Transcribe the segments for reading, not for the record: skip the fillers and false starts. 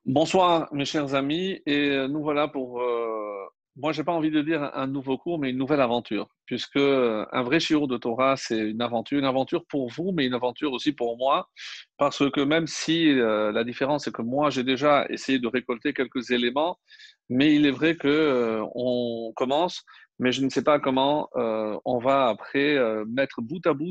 Bonsoir mes chers amis, et nous voilà pour, moi j'ai pas envie de dire un nouveau cours, mais une nouvelle aventure, puisque un vrai shiur de Torah, c'est une aventure pour vous, mais une aventure aussi pour moi, parce que même si la différence est que moi j'ai déjà essayé de récolter quelques éléments, mais il est vrai que on commence, mais je ne sais pas comment on va après mettre bout à bout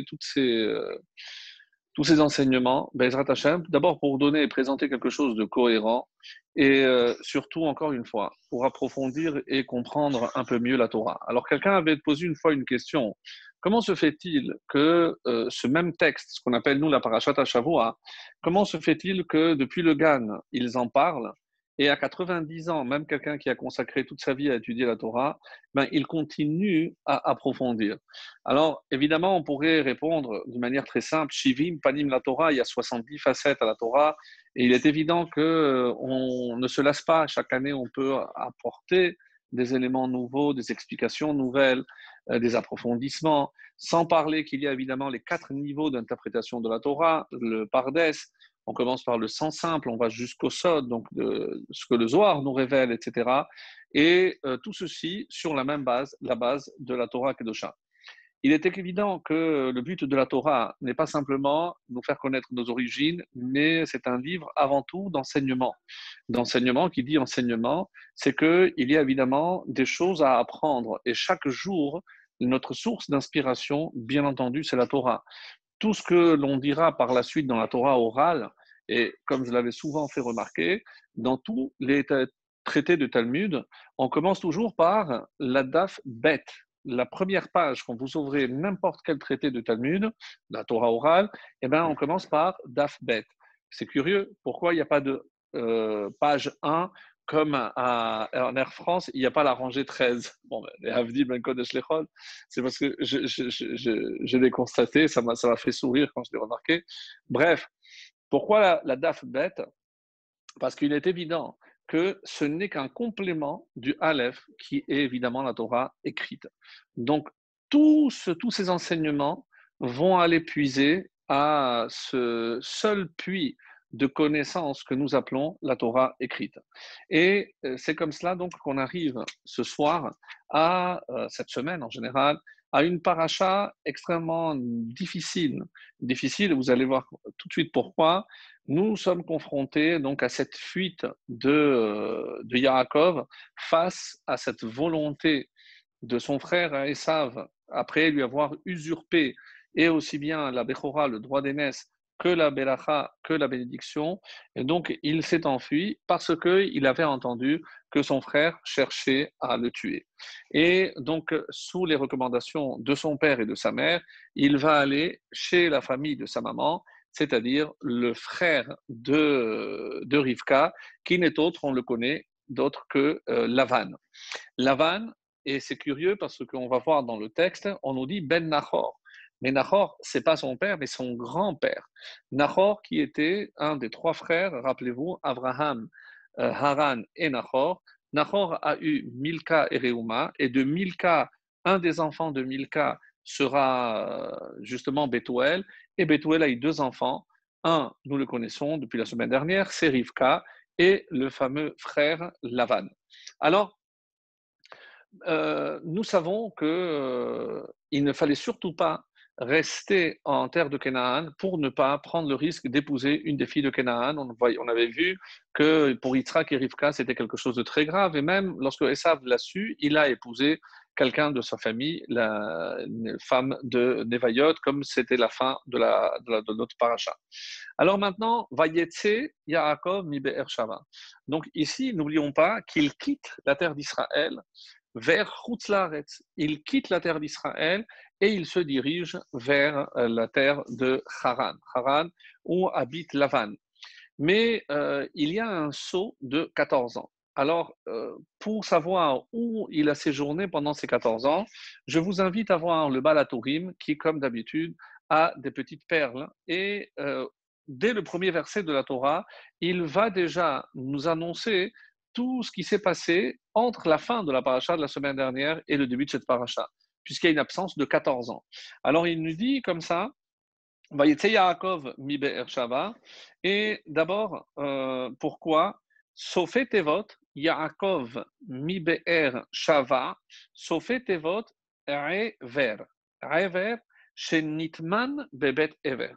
tous ces enseignements, Bezrat Hashem, d'abord pour donner et présenter quelque chose de cohérent, et surtout, encore une fois, pour approfondir et comprendre un peu mieux la Torah. Alors, quelqu'un avait posé une fois une question. Comment se fait-il que ce même texte, ce qu'on appelle nous la Parashat HaShavua, comment se fait-il que depuis le Gan, ils en parlent, et à 90 ans, même quelqu'un qui a consacré toute sa vie à étudier la Torah, ben, il continue à approfondir. Alors, évidemment, on pourrait répondre d'une manière très simple, Shivim, Panim, la Torah, il y a 70 facettes à la Torah, et il est évident que on ne se lasse pas. Chaque année, on peut apporter des éléments nouveaux, des explications nouvelles, des approfondissements, sans parler qu'il y a évidemment les 4 niveaux d'interprétation de la Torah, le Pardes, on commence par le sens simple, on va jusqu'au Sod, donc de ce que le Zohar nous révèle, etc. Et tout ceci sur la même base, la base de la Torah Kedosha. Il est évident que le but de la Torah n'est pas simplement nous faire connaître nos origines, mais c'est un livre avant tout d'enseignement. D'enseignement, qui dit enseignement, c'est qu'il y a évidemment des choses à apprendre. Et chaque jour, notre source d'inspiration, bien entendu, c'est la Torah. Tout ce que l'on dira par la suite dans la Torah orale, et comme je l'avais souvent fait remarquer, dans tous les traités de Talmud, on commence toujours par la daf bet. La première page, quand vous ouvrez n'importe quel traité de Talmud, la Torah orale, eh ben, on commence par daf bet. C'est curieux, pourquoi il n'y a pas de page 1 comme en Air France, il n'y a pas la rangée 13. Bon, ben, les Havdi, Ben Kodesh Lechol, c'est parce que je l'ai constaté, ça m'a fait sourire quand je l'ai remarqué. Bref, pourquoi la DAF bête? Parce qu'il est évident que ce n'est qu'un complément du Aleph, qui est évidemment la Torah écrite. Donc, tous ces enseignements vont aller puiser à ce seul puits de connaissances que nous appelons la Torah écrite. Et c'est comme cela donc qu'on arrive ce soir à cette semaine en général à une paracha extrêmement difficile. Difficile, vous allez voir tout de suite pourquoi. Nous sommes confrontés donc à cette fuite de Yaakov face à cette volonté de son frère Esav, après lui avoir usurpé et aussi bien la Bechora, le droit d'aînesse, que la Belacha, que la bénédiction. Et donc, il s'est enfui parce qu'il avait entendu que son frère cherchait à le tuer. Et donc, sous les recommandations de son père et de sa mère, il va aller chez la famille de sa maman, c'est-à-dire le frère de Rivka, qui n'est autre, on le connaît, d'autre que Lavan. Lavan, et c'est curieux parce qu'on va voir dans le texte, on nous dit Ben Nahor. Mais Nahor, c'est pas son père, mais son grand-père. Nahor, qui était un des 3 frères, rappelez-vous, Abraham, Haran et Nahor. Nahor a eu Milka et Reuma, et de Milka, un des enfants de Milka sera justement Bethuel, et Bethuel a eu 2 enfants. Un, nous le connaissons depuis la semaine dernière, c'est Rivka, et le fameux frère Lavan. Alors, nous savons qu'il ne fallait surtout pas rester en terre de Canaan pour ne pas prendre le risque d'épouser une des filles de Canaan. On avait vu que pour Yitzhak et Rivka, c'était quelque chose de très grave. Et même lorsque Esav l'a su, il a épousé quelqu'un de sa famille, une femme de Nevayot, comme c'était la fin de notre paracha. Alors maintenant, Vayetse Yaakov mi Be'er Shava. Donc ici, n'oublions pas qu'il quitte la terre d'Israël vers Chutzlaretz. Il quitte la terre d'Israël et il se dirige vers la terre de Haran, Haran où habite Lavan. Mais il y a un saut de 14 ans. Alors, pour savoir où il a séjourné pendant ces 14 ans, je vous invite à voir le Balatourim, qui, comme d'habitude, a des petites perles. Et dès le premier verset de la Torah, il va déjà nous annoncer tout ce qui s'est passé entre la fin de la paracha de la semaine dernière et le début de cette paracha, puisqu'il y a une absence de 14 ans. Alors, il nous dit comme ça, Vayetze Yaakov mi Be'er Shava. Et d'abord, pourquoi Sofet Tevot, Yaakov mi Be'er Shava, Sofet Tevot, Rever. Rever, chez Nitman Bebet Ever.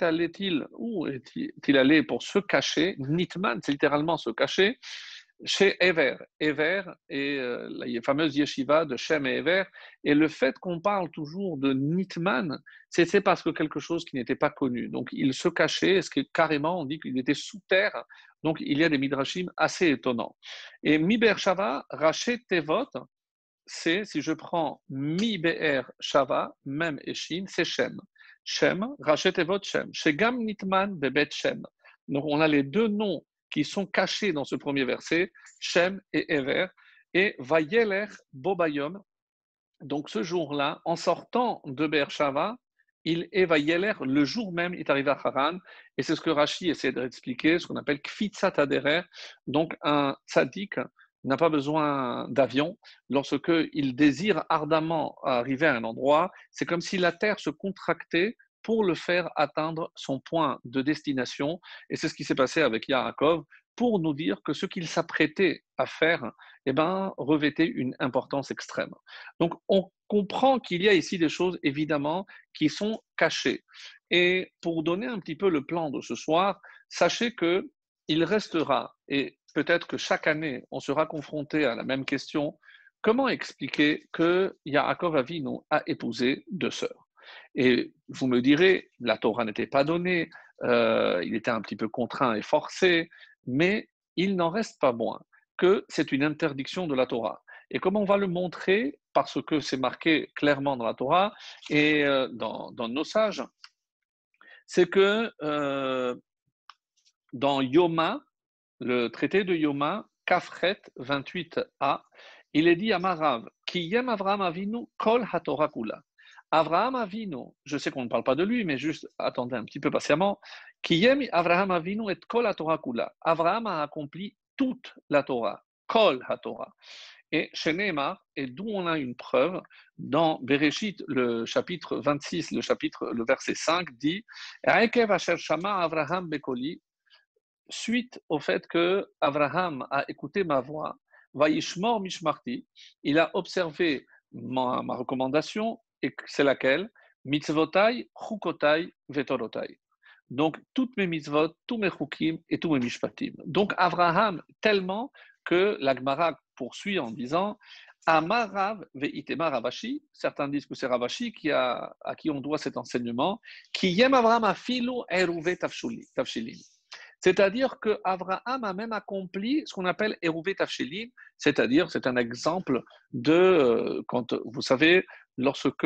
Où est-il allé pour se cacher? Nitman, c'est littéralement se cacher chez Ever. Ever et la fameuse yeshiva de Shem et Ever. Et le fait qu'on parle toujours de Nitman, c'est parce que quelque chose qui n'était pas connu. Donc il se cachait, ce qui carrément on dit qu'il était sous terre. Donc il y a des midrashim assez étonnants. Et Mi Be'er Shava, Rachet Tevot, c'est, si je prends Mi Be'er Shava, même Eshin, c'est Shem. Shem, Rachet Tevot Shem. Chez Gam Nitman Bebet Shem. Donc on a les deux noms qui sont cachés dans ce premier verset, Shem et Ever. Et Vayeler Bobayom, donc ce jour-là, en sortant de Beershava, il est Vayeler, le jour même, il est arrivé à Haran, et c'est ce que Rashi essaie d'expliquer, ce qu'on appelle Kfitsat Aderer. Donc un tzaddik n'a pas besoin d'avion. Lorsque il désire ardemment arriver à un endroit, c'est comme si la terre se contractait pour le faire atteindre son point de destination. Et c'est ce qui s'est passé avec Yaakov, pour nous dire que ce qu'il s'apprêtait à faire, eh ben, revêtait une importance extrême. Donc, on comprend qu'il y a ici des choses, évidemment, qui sont cachées. Et pour donner un petit peu le plan de ce soir, sachez que il restera, et peut-être que chaque année, on sera confronté à la même question, comment expliquer que Yaakov Avinu a épousé deux sœurs? Et vous me direz, la Torah n'était pas donnée, il était un petit peu contraint et forcé, mais il n'en reste pas moins que c'est une interdiction de la Torah. Et comme on va le montrer, parce que c'est marqué clairement dans la Torah et dans nos sages, c'est que dans Yoma, le traité de Yoma, Kafret 28a, il est dit à Marav, Kiyem Avraham Avinu kol haTorah kula. Avraham Avinu, je sais qu'on ne parle pas de lui, mais juste attendez un petit peu patiemment, Kiyem Avraham Avinu et kol haTorah kula. Avraham a accompli toute la Torah, kol haTorah. Et chez Nehemar, et d'où on a une preuve, dans Bereshit, le chapitre 26, le verset 5, dit Ekev asher shama Avraham bekoli, suite au fait que Abraham a écouté ma voix, Vaishmor Mishmarti, il a observé ma recommandation, et c'est laquelle? Mitzvotai, Chukotai, Vetorotai. Donc, toutes mes mitzvot, tous mes chukim et tous mes mishpatim. Donc, Abraham, tellement que la Gemara poursuit en disant Amarav ve'itema Ravashi, certains disent que c'est Ravashi à qui on doit cet enseignement, qui yem Abraham afilu eruve tafshilim. C'est-à-dire que Abraham a même accompli ce qu'on appelle Eruvé Tafshilim, c'est-à-dire, c'est un exemple de, quand vous savez, lorsque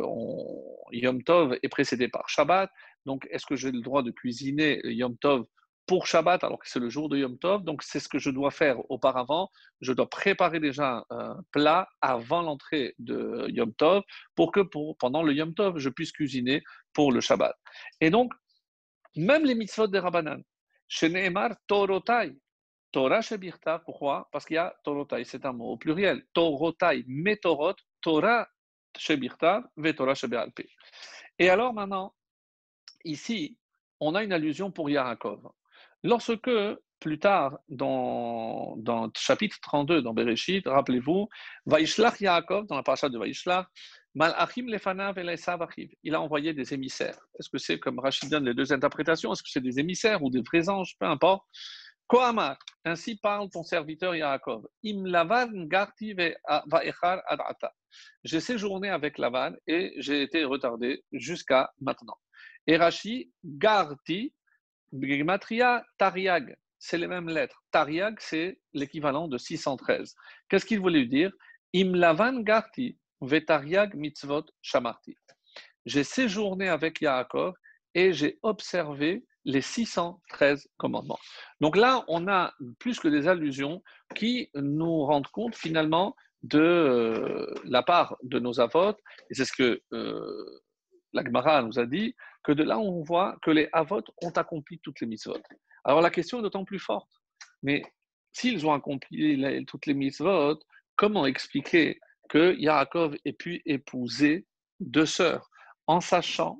Yom Tov est précédé par Shabbat, donc est-ce que j'ai le droit de cuisiner Yom Tov pour Shabbat alors que c'est le jour de Yom Tov? Donc c'est ce que je dois faire auparavant. Je dois préparer déjà un plat avant l'entrée de Yom Tov pour que pendant le Yom Tov, je puisse cuisiner pour le Shabbat. Et donc, même les mitzvot des Rabbanan, chez Nehemar, Torotai, Torah Shebirta, pourquoi? Parce qu'il y a Torotai, c'est un mot au pluriel. Torotai, Metorot, Torah Shebirta, Vetorah Shebealpe. Et alors maintenant, ici, on a une allusion pour Yaakov. Lorsque, plus tard, dans chapitre 32, dans Bereshit, rappelez-vous, Vaishlach Yaakov, dans la paracha de Vaishlach, Malachim lefanav elesav achiv. Il a envoyé des émissaires. Est-ce que c'est, comme Rachid donne les deux interprétations, est-ce que c'est des émissaires ou des vrais anges, peu importe. Kohamar, ainsi parle ton serviteur Yaakov. Im lavan garti vaechar adata. J'ai séjourné avec Lavan et j'ai été retardé jusqu'à maintenant. Et Rashi, garti, Gematria, Tariag, c'est les mêmes lettres. Tariag, c'est l'équivalent de 613. Qu'est-ce qu'il voulait dire? Im lavan garti, vetariag mitzvot shamarti. J'ai séjourné avec Yaakov et j'ai observé les 613 commandements. Donc là, on a plus que des allusions qui nous rendent compte finalement de la part de nos avot, et c'est ce que la Gemara nous a dit, que de là on voit que les avot ont accompli toutes les mitzvot. Alors la question est d'autant plus forte, mais s'ils ont accompli toutes les mitzvot, comment expliquer que Yaakov ait pu épouser deux sœurs, en sachant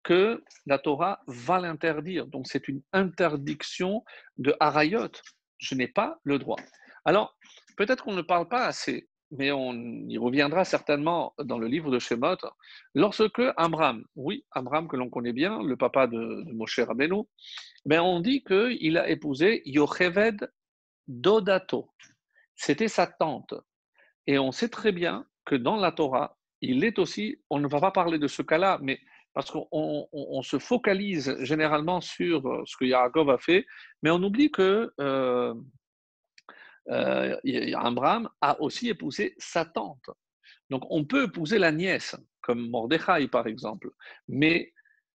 que la Torah va l'interdire. Donc c'est une interdiction de harayot. Je n'ai pas le droit. Alors, peut-être qu'on ne parle pas assez, mais on y reviendra certainement dans le livre de Shemot, lorsque Amram, oui, Amram que l'on connaît bien, le papa de Moshe Rabbeinu, ben on dit qu'il a épousé Yocheved Dodato. C'était sa tante. Et on sait très bien que dans la Torah, il est aussi, on ne va pas parler de ce cas-là, mais parce qu'on se focalise généralement sur ce que Yaakov a fait, mais on oublie que Abraham a aussi épousé sa tante. Donc on peut épouser la nièce, comme Mordechai par exemple, mais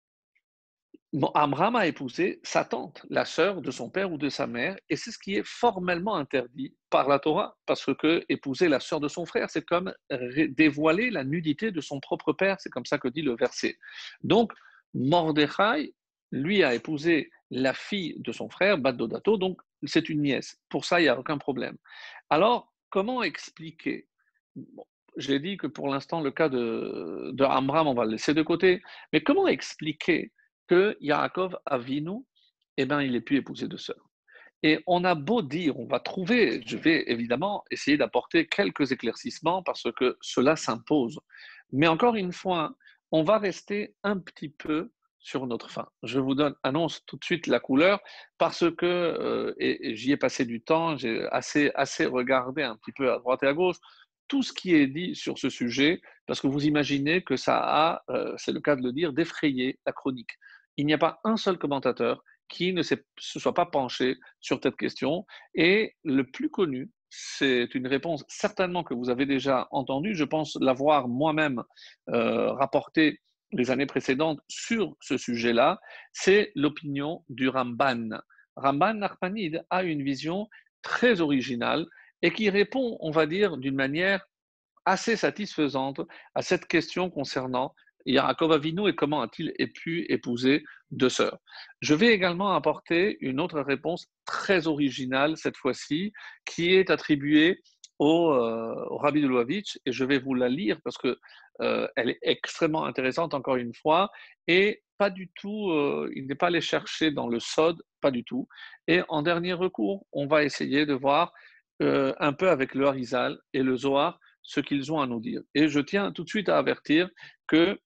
Abraham a épousé sa tante, la sœur de son père ou de sa mère, et c'est ce qui est formellement interdit par la Torah, parce que épouser la sœur de son frère, c'est comme dévoiler la nudité de son propre père, c'est comme ça que dit le verset. Donc, Mordechai, lui, a épousé la fille de son frère, Bat Dodato, donc c'est une nièce. Pour ça, il n'y a aucun problème. Alors, comment expliquer? Bon, j'ai dit que pour l'instant, le cas de Amram, on va le laisser de côté, mais comment expliquer que Yaakov Avinu, eh ben, il ait pu épouser deux sœurs. Et on a beau dire, on va trouver, je vais évidemment essayer d'apporter quelques éclaircissements parce que cela s'impose. Mais encore une fois, on va rester un petit peu sur notre fin. Je vous annonce tout de suite la couleur parce que, et j'y ai passé du temps, j'ai assez regardé un petit peu à droite et à gauche, tout ce qui est dit sur ce sujet, parce que vous imaginez que ça a, c'est le cas de le dire, défrayé la chronique. Il n'y a pas un seul commentateur qui ne se soit pas penché sur cette question. Et le plus connu, c'est une réponse certainement que vous avez déjà entendue. Je pense l'avoir moi-même rapporté les années précédentes sur ce sujet-là. C'est l'opinion du Ramban. Ramban Nachmanide a une vision très originale et qui répond, on va dire, d'une manière assez satisfaisante à cette question concernant Yaakov Avinu et comment a-t-il pu épouser deux sœurs. Je vais également apporter une autre réponse très originale cette fois-ci, qui est attribuée au Rabbi de Loavitch, et je vais vous la lire parce que elle est extrêmement intéressante encore une fois, et pas du tout, il n'est pas allé chercher dans le Sod, pas du tout. Et en dernier recours, on va essayer de voir un peu avec le Harizal et le Zohar ce qu'ils ont à nous dire. Et je tiens tout de suite à avertir que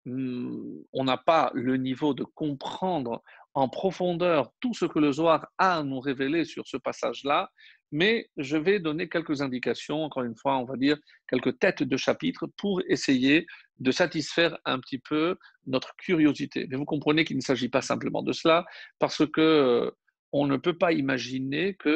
on n'a pas le niveau de comprendre en profondeur tout ce que le Zohar a à nous révéler sur ce passage-là, mais je vais donner quelques indications, encore une fois, on va dire quelques têtes de chapitre pour essayer de satisfaire un petit peu notre curiosité. Mais vous comprenez qu'il ne s'agit pas simplement de cela, parce que on ne peut pas imaginer que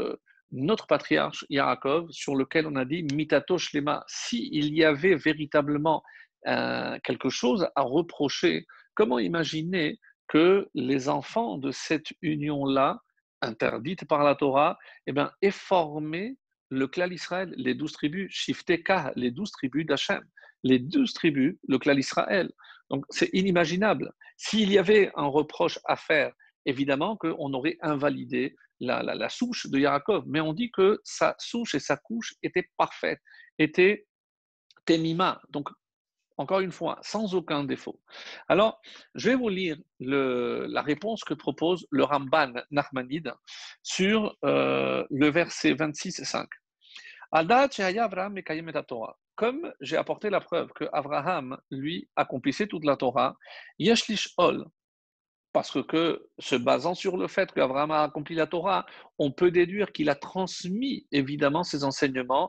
notre patriarche Yaakov, sur lequel on a dit Mitato Shlema, s'il y avait véritablement quelque chose à reprocher, comment imaginer que les enfants de cette union-là, interdite par la Torah, eh ben, aient formé le clan Israël, les 12 tribus, Shifteka, les 12 tribus d'Hachem, les 12 tribus, le clan Israël. Donc c'est inimaginable. S'il y avait un reproche à faire, évidemment qu'on aurait invalidé la souche de Yaakov, mais on dit que sa souche et sa couche étaient parfaites, étaient témima, donc encore une fois, sans aucun défaut. Alors, je vais vous lire la réponse que propose le Ramban Nachmanide sur le verset 26-5. Adat Shehaya Avraham Mekayem et Torah. Comme j'ai apporté la preuve que Abraham, lui, accomplissait toute la Torah, Yesh Lishol, parce que, se basant sur le fait qu'Abraham a accompli la Torah, on peut déduire qu'il a transmis évidemment ses enseignements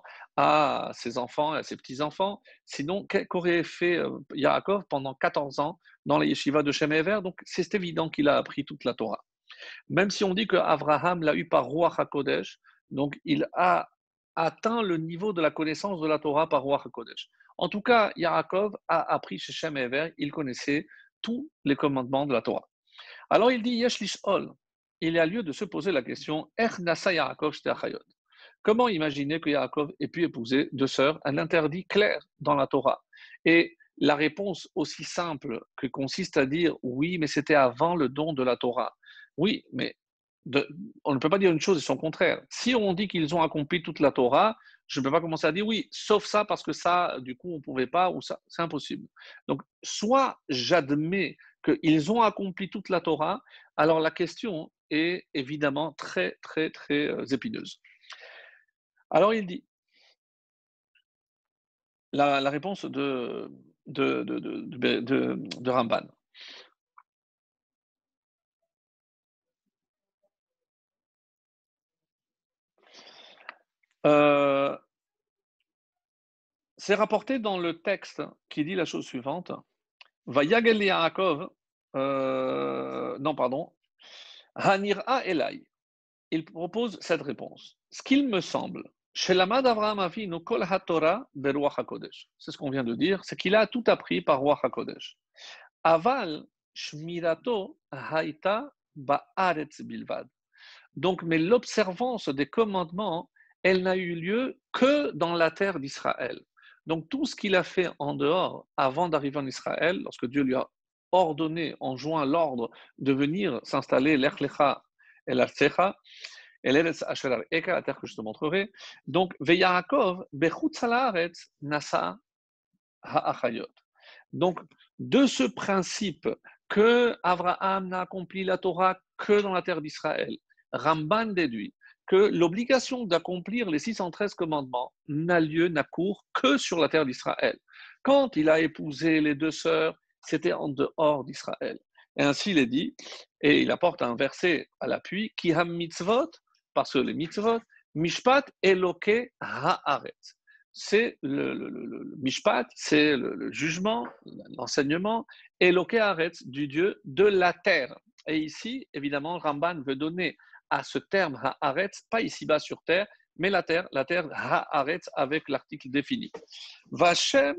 à ses enfants et à ses petits-enfants. Sinon, qu'aurait fait Yaakov pendant 14 ans dans les yeshivas de Shem Ever? Donc, c'est évident qu'il a appris toute la Torah. Même si on dit qu'Abraham l'a eu par Ruach HaKodesh, donc il a atteint le niveau de la connaissance de la Torah par Ruach HaKodesh. En tout cas, Yaakov a appris chez Shem Ever, il connaissait tous les commandements de la Torah. Alors il dit Yesh Lishol. Il y a lieu de se poser la question Nasa Yaakov Achayot. Comment imaginer que Yaakov ait pu épouser deux sœurs? Un interdit clair dans la Torah. Et la réponse aussi simple que consiste à dire oui, mais c'était avant le don de la Torah. Oui, mais On ne peut pas dire une chose et son contraire. Si on dit qu'ils ont accompli toute la Torah, je ne peux pas commencer à dire oui, sauf ça, parce que ça, du coup, on ne pouvait pas, ou ça, c'est impossible. Donc, soit j'admets qu'ils ont accompli toute la Torah, alors la question est évidemment très, très, très épineuse. Alors, il dit, la réponse de Ramban. Euh, c'est rapporté dans le texte qui dit la chose suivante. Vayagel Yaakov, non, pardon, Hanira Elai. Il propose cette réponse. Ce qu'il me semble, chez l'Amad Avraham Avinu Kol HaTorah Beruach HaKodesh. C'est ce qu'on vient de dire, c'est qu'il a tout appris par Ruach HaKodesh. Aval Shmirato Haïta Ba'aretz Bilvad. Donc, mais l'observance des commandements, elle n'a eu lieu que dans la terre d'Israël. Donc, tout ce qu'il a fait en dehors, avant d'arriver en Israël, lorsque Dieu lui a ordonné, enjoint l'ordre de venir s'installer, l'Echlecha et l'Artsecha, et l'Eretz Asher Eka, la terre que je te montrerai. Donc, Veyaakov, Bechutz Haaretz, Nasa Ha'achayot. Donc, de ce principe que Abraham n'a accompli la Torah que dans la terre d'Israël, Ramban déduit que l'obligation d'accomplir les 613 commandements n'a lieu, n'a cours que sur la terre d'Israël. Quand il a épousé les deux sœurs, c'était en dehors d'Israël. Et ainsi il est dit, et il apporte un verset à l'appui, Ki ham mitzvot, parce que les mitzvot, mishpat eloke haaretz. C'est le mishpat, c'est le jugement, l'enseignement, eloke haaretz, du Dieu de la terre. Et ici, évidemment, Ramban veut donner à ce terme haaretz, pas ici-bas sur terre, mais la terre haaretz avec l'article défini. Vachem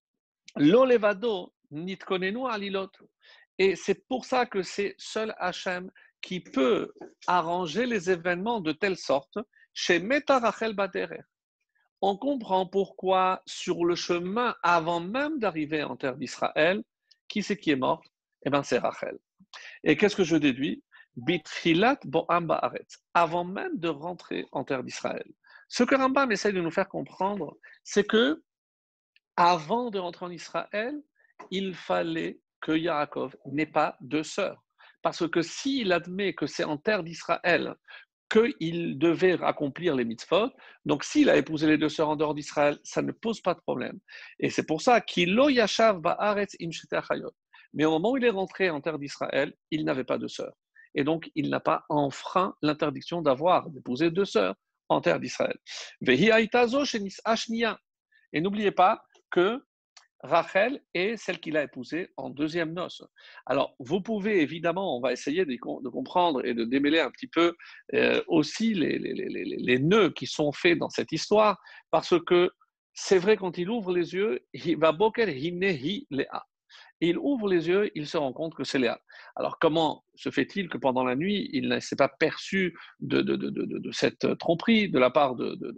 lo levado nitkonenu alilot. Et c'est pour ça que c'est seul Hachem qui peut arranger les événements de telle sorte chez Meta Rachel Baderer. On comprend pourquoi sur le chemin, avant même d'arriver en terre d'Israël, qui c'est qui est mort? Eh bien, c'est Rachel. Et qu'est-ce que je déduis? Bitfilat Boam Baaretz, avant même de rentrer en terre d'Israël. Ce que Rambam essaie de nous faire comprendre, c'est que avant de rentrer en Israël, il fallait que Yaakov n'ait pas de sœurs. Parce que s'il admet que c'est en terre d'Israël qu'il devait accomplir les mitzvot, donc s'il a épousé les deux sœurs en dehors d'Israël, ça ne pose pas de problème. Et c'est pour ça qu'il lo yashav ba'aretz im achayot. Mais au moment où il est rentré en terre d'Israël, il n'avait pas de sœurs. Et donc, il n'a pas enfreint l'interdiction d'avoir, d'épouser deux sœurs en terre d'Israël. Vehi aitazo shenis ashnia. Et n'oubliez pas que Rachel est celle qu'il a épousée en deuxième noce. Alors, vous pouvez évidemment, on va essayer de comprendre et de démêler un petit peu aussi les nœuds qui sont faits dans cette histoire, parce que c'est vrai, quand il ouvre les yeux, il va boker hinehi Léa. Il ouvre les yeux, il se rend compte que c'est Léa. Alors, comment se fait-il que pendant la nuit, il ne s'est pas perçu de cette tromperie de la part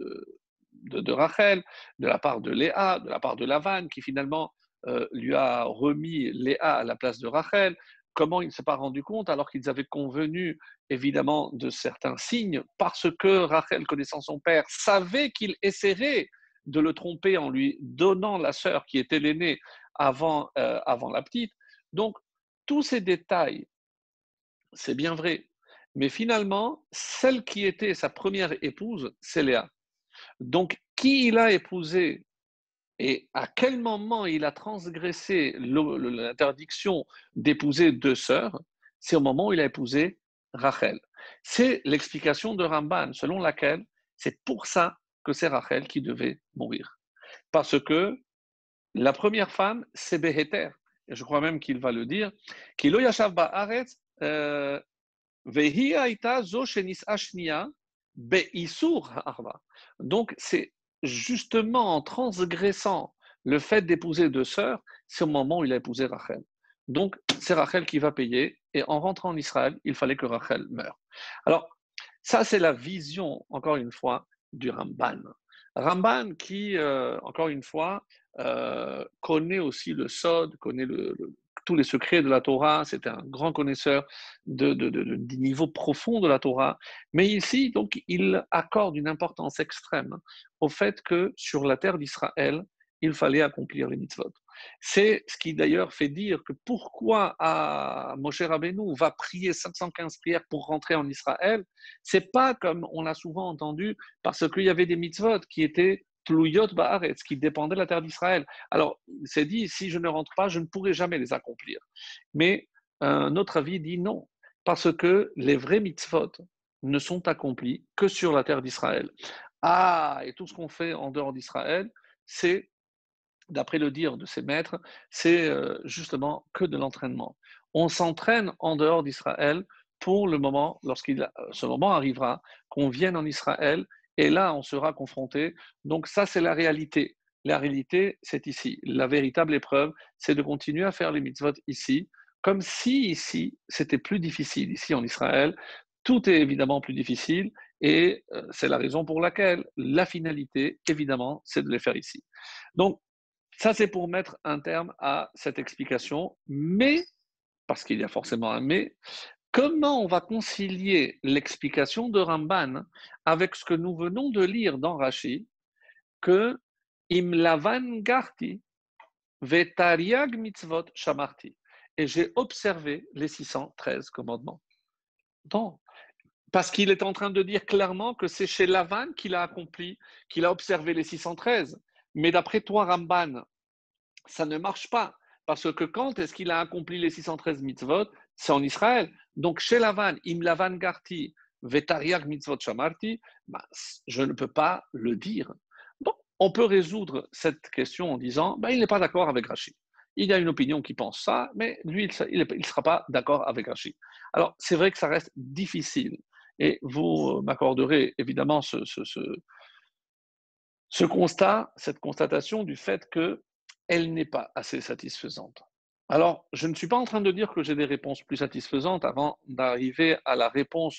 de Rachel, de la part de Léa, de la part de Lavan, qui finalement lui a remis Léa à la place de Rachel? Comment il ne s'est pas rendu compte alors qu'ils avaient convenu évidemment de certains signes, parce que Rachel, connaissant son père, savait qu'il essaierait de le tromper en lui donnant la sœur qui était l'aînée avant la petite. Donc, tous ces détails, c'est bien vrai. Mais finalement, celle qui était sa première épouse, c'est Léa. Donc, qui il a épousé et à quel moment il a transgressé l'interdiction d'épouser deux sœurs, c'est au moment où il a épousé Rachel. C'est l'explication de Ramban, selon laquelle c'est pour ça que c'est Rachel qui devait mourir. Parce que la première femme, c'est Beheter. Et je crois même qu'il va le dire. Kilo yashav ba'aretz, vehi aita zo shenis ashnia be'isur ha'arba. Donc, c'est justement en transgressant le fait d'épouser deux sœurs, c'est au moment où il a épousé Rachel. Donc, c'est Rachel qui va payer. Et en rentrant en Israël, il fallait que Rachel meure. Alors, ça, c'est la vision, encore une fois, du Ramban. Ramban qui, encore une fois, connaît aussi le Sod, connaît tous les secrets de la Torah, c'était un grand connaisseur du niveau profond de la Torah. Mais ici, donc, il accorde une importance extrême au fait que sur la terre d'Israël, il fallait accomplir les mitzvot. C'est ce qui d'ailleurs fait dire que pourquoi Moshe Rabbeinu va prier 515 prières pour rentrer en Israël, c'est pas comme on l'a souvent entendu, parce qu'il y avait des mitzvot qui étaient Tlouyot Baaretz, qui dépendaient de la terre d'Israël. Alors, il s'est dit, si je ne rentre pas, je ne pourrai jamais les accomplir. Mais un autre avis dit non, parce que les vrais mitzvot ne sont accomplis que sur la terre d'Israël. Ah, et tout ce qu'on fait en dehors d'Israël, c'est, d'après le dire de ses maîtres, c'est justement que de l'entraînement. On s'entraîne en dehors d'Israël pour le moment, ce moment arrivera, qu'on vienne en Israël, et là, on sera confronté. Donc ça, c'est la réalité. La réalité, c'est ici. La véritable épreuve, c'est de continuer à faire les mitzvot ici, comme si ici, c'était plus difficile. Ici, en Israël, tout est évidemment plus difficile, et c'est la raison pour laquelle la finalité, évidemment, c'est de les faire ici. Donc, ça, c'est pour mettre un terme à cette explication, mais, parce qu'il y a forcément un mais, comment on va concilier l'explication de Ramban avec ce que nous venons de lire dans Rashi, que im lavan garti vetariag mitzvot shamarti, et j'ai observé les 613 commandements. Non, parce qu'il est en train de dire clairement que c'est chez Lavan qu'il a accompli, qu'il a observé les 613. Mais d'après toi, Ramban, ça ne marche pas. Parce que quand est-ce qu'il a accompli les 613 mitzvot? C'est en Israël. Donc chez Lavan, im Lavan garti, vetariag mitzvot shamarti, je ne peux pas le dire. Donc on peut résoudre cette question en disant, il n'est pas d'accord avec Rashi. Il y a une opinion qui pense ça, mais lui, il ne sera pas d'accord avec Rashi. Alors c'est vrai que ça reste difficile. Et vous m'accorderez évidemment ce constat, cette constatation du fait qu'elle n'est pas assez satisfaisante. Alors, je ne suis pas en train de dire que j'ai des réponses plus satisfaisantes avant d'arriver à la réponse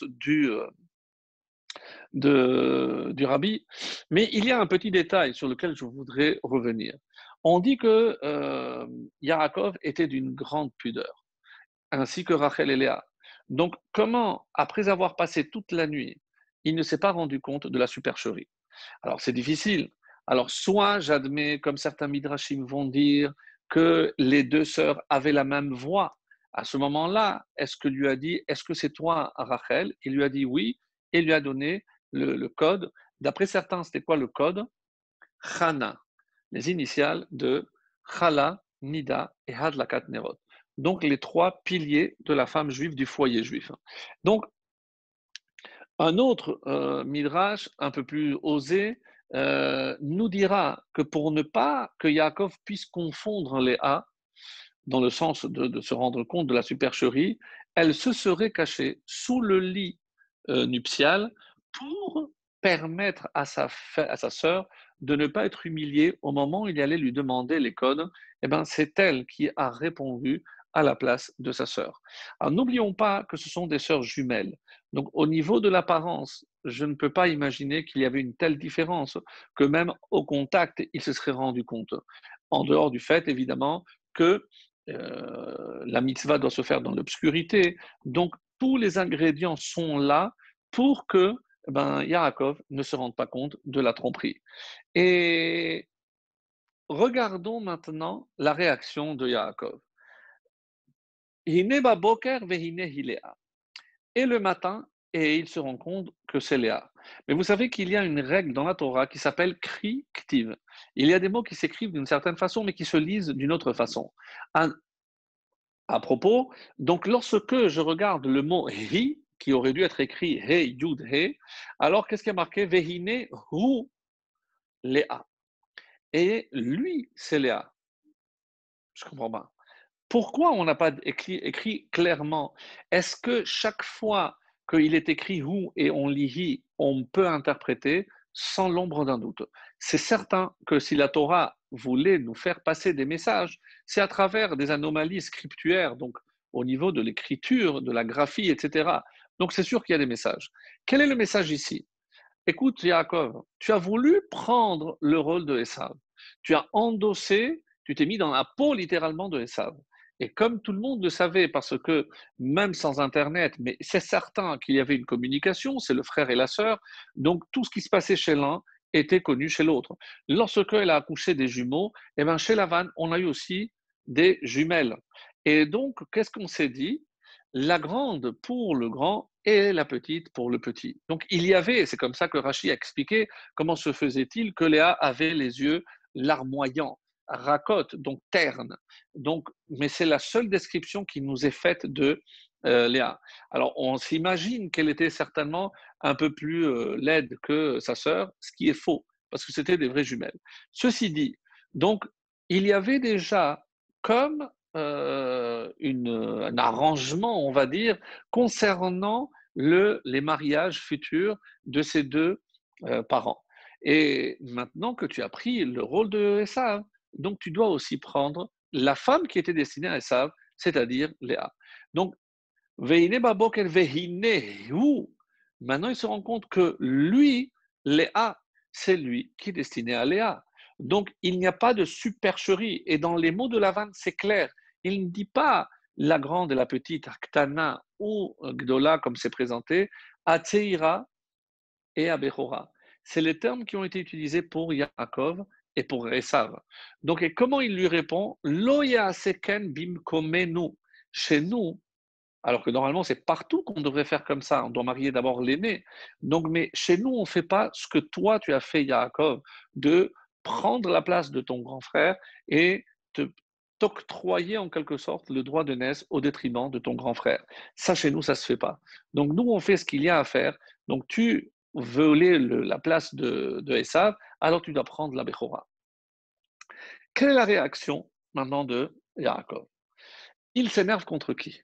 du rabbi, mais il y a un petit détail sur lequel je voudrais revenir. On dit que Yaakov était d'une grande pudeur, ainsi que Rachel et Léa. Donc, comment, après avoir passé toute la nuit, il ne s'est pas rendu compte de la supercherie? Alors, c'est difficile. Alors, soit j'admets, comme certains midrashim vont dire, que les deux sœurs avaient la même voix. À ce moment-là, est-ce que c'est toi, Rachel? Il lui a dit oui, et lui a donné le code. D'après certains, c'était quoi le code? Chana, les initiales de Chala, Nida et Hadlakat Nerot. Donc, les trois piliers de la femme juive, du foyer juif. Donc, un autre midrash, un peu plus osé, nous dira que pour ne pas que Yaakov puisse confondre les A, dans le sens de se rendre compte de la supercherie, elle se serait cachée sous le lit nuptial pour permettre à sa sœur de ne pas être humiliée au moment où il allait lui demander les codes. Eh ben, c'est elle qui a répondu à la place de sa sœur. Alors n'oublions pas que ce sont des sœurs jumelles. Donc au niveau de l'apparence, je ne peux pas imaginer qu'il y avait une telle différence que même au contact, il se serait rendu compte. En dehors du fait, évidemment, que la mitzvah doit se faire dans l'obscurité. Donc tous les ingrédients sont là pour que Yaakov ne se rende pas compte de la tromperie. Et regardons maintenant la réaction de Yaakov. Et le matin, et il se rend compte que c'est Léa. Mais vous savez qu'il y a une règle dans la Torah qui s'appelle Kri Ktiv. Il y a des mots qui s'écrivent d'une certaine façon, mais qui se lisent d'une autre façon. À propos, donc lorsque je regarde le mot Hi, qui aurait dû être écrit He, Yud, He, alors qu'est-ce qui est marqué? Vehine, Hu, Léa. Et lui, c'est Léa. Je comprends pas. Pourquoi on n'a pas écrit clairement? Est-ce que chaque fois qu'il est écrit Hu et on lit Hi, on peut interpréter sans l'ombre d'un doute? C'est certain que si la Torah voulait nous faire passer des messages, c'est à travers des anomalies scriptuaires, donc au niveau de l'écriture, de la graphie, etc. Donc c'est sûr qu'il y a des messages. Quel est le message ici? Écoute, Yaakov, tu as voulu prendre le rôle de Esav. Tu as endossé, tu t'es mis dans la peau littéralement de Esav. Et comme tout le monde le savait, parce que même sans Internet, mais c'est certain qu'il y avait une communication, c'est le frère et la sœur, donc tout ce qui se passait chez l'un était connu chez l'autre. Lorsqu'elle a accouché des jumeaux, eh ben chez Lavan, on a eu aussi des jumelles. Et donc, qu'est-ce qu'on s'est dit? La grande pour le grand et la petite pour le petit. Donc, il y avait, c'est comme ça que Rachid a expliqué comment se faisait-il que Léa avait les yeux larmoyants, racotte, donc terne. Donc, mais c'est la seule description qui nous est faite de Léa. Alors, on s'imagine qu'elle était certainement un peu plus laide que sa sœur, ce qui est faux, parce que c'était des vraies jumelles. Ceci dit, donc, il y avait déjà comme un arrangement, on va dire, concernant les mariages futurs de ces deux parents. Et maintenant que tu as pris le rôle de Esav, donc tu dois aussi prendre la femme qui était destinée à Esav, c'est-à-dire Léa. Donc, Veine baboker vehine hu. Maintenant, il se rend compte que lui, Léa, c'est lui qui est destiné à Léa. Donc, il n'y a pas de supercherie. Et dans les mots de Lavan, c'est clair. Il ne dit pas la grande et la petite, Aktana ou Gdola, comme c'est présenté, Atseira et Abechora. C'est les termes qui ont été utilisés pour Yaakov et pour Esav. Donc, et comment il lui répond? Lo yaaseken bimkomenu. Chez nous, alors que normalement, c'est partout qu'on devrait faire comme ça. On doit marier d'abord l'aîné. Donc, mais chez nous, on ne fait pas ce que toi, tu as fait, Yaakov, de prendre la place de ton grand frère et t'octroyer en quelque sorte le droit de naissance au détriment de ton grand frère. Ça, chez nous, ça ne se fait pas. Donc, nous, on fait ce qu'il y a à faire. Donc, tu voler la place de Esav, alors tu dois prendre la Bechora. Quelle est la réaction maintenant de Yaakov? Il s'énerve contre qui?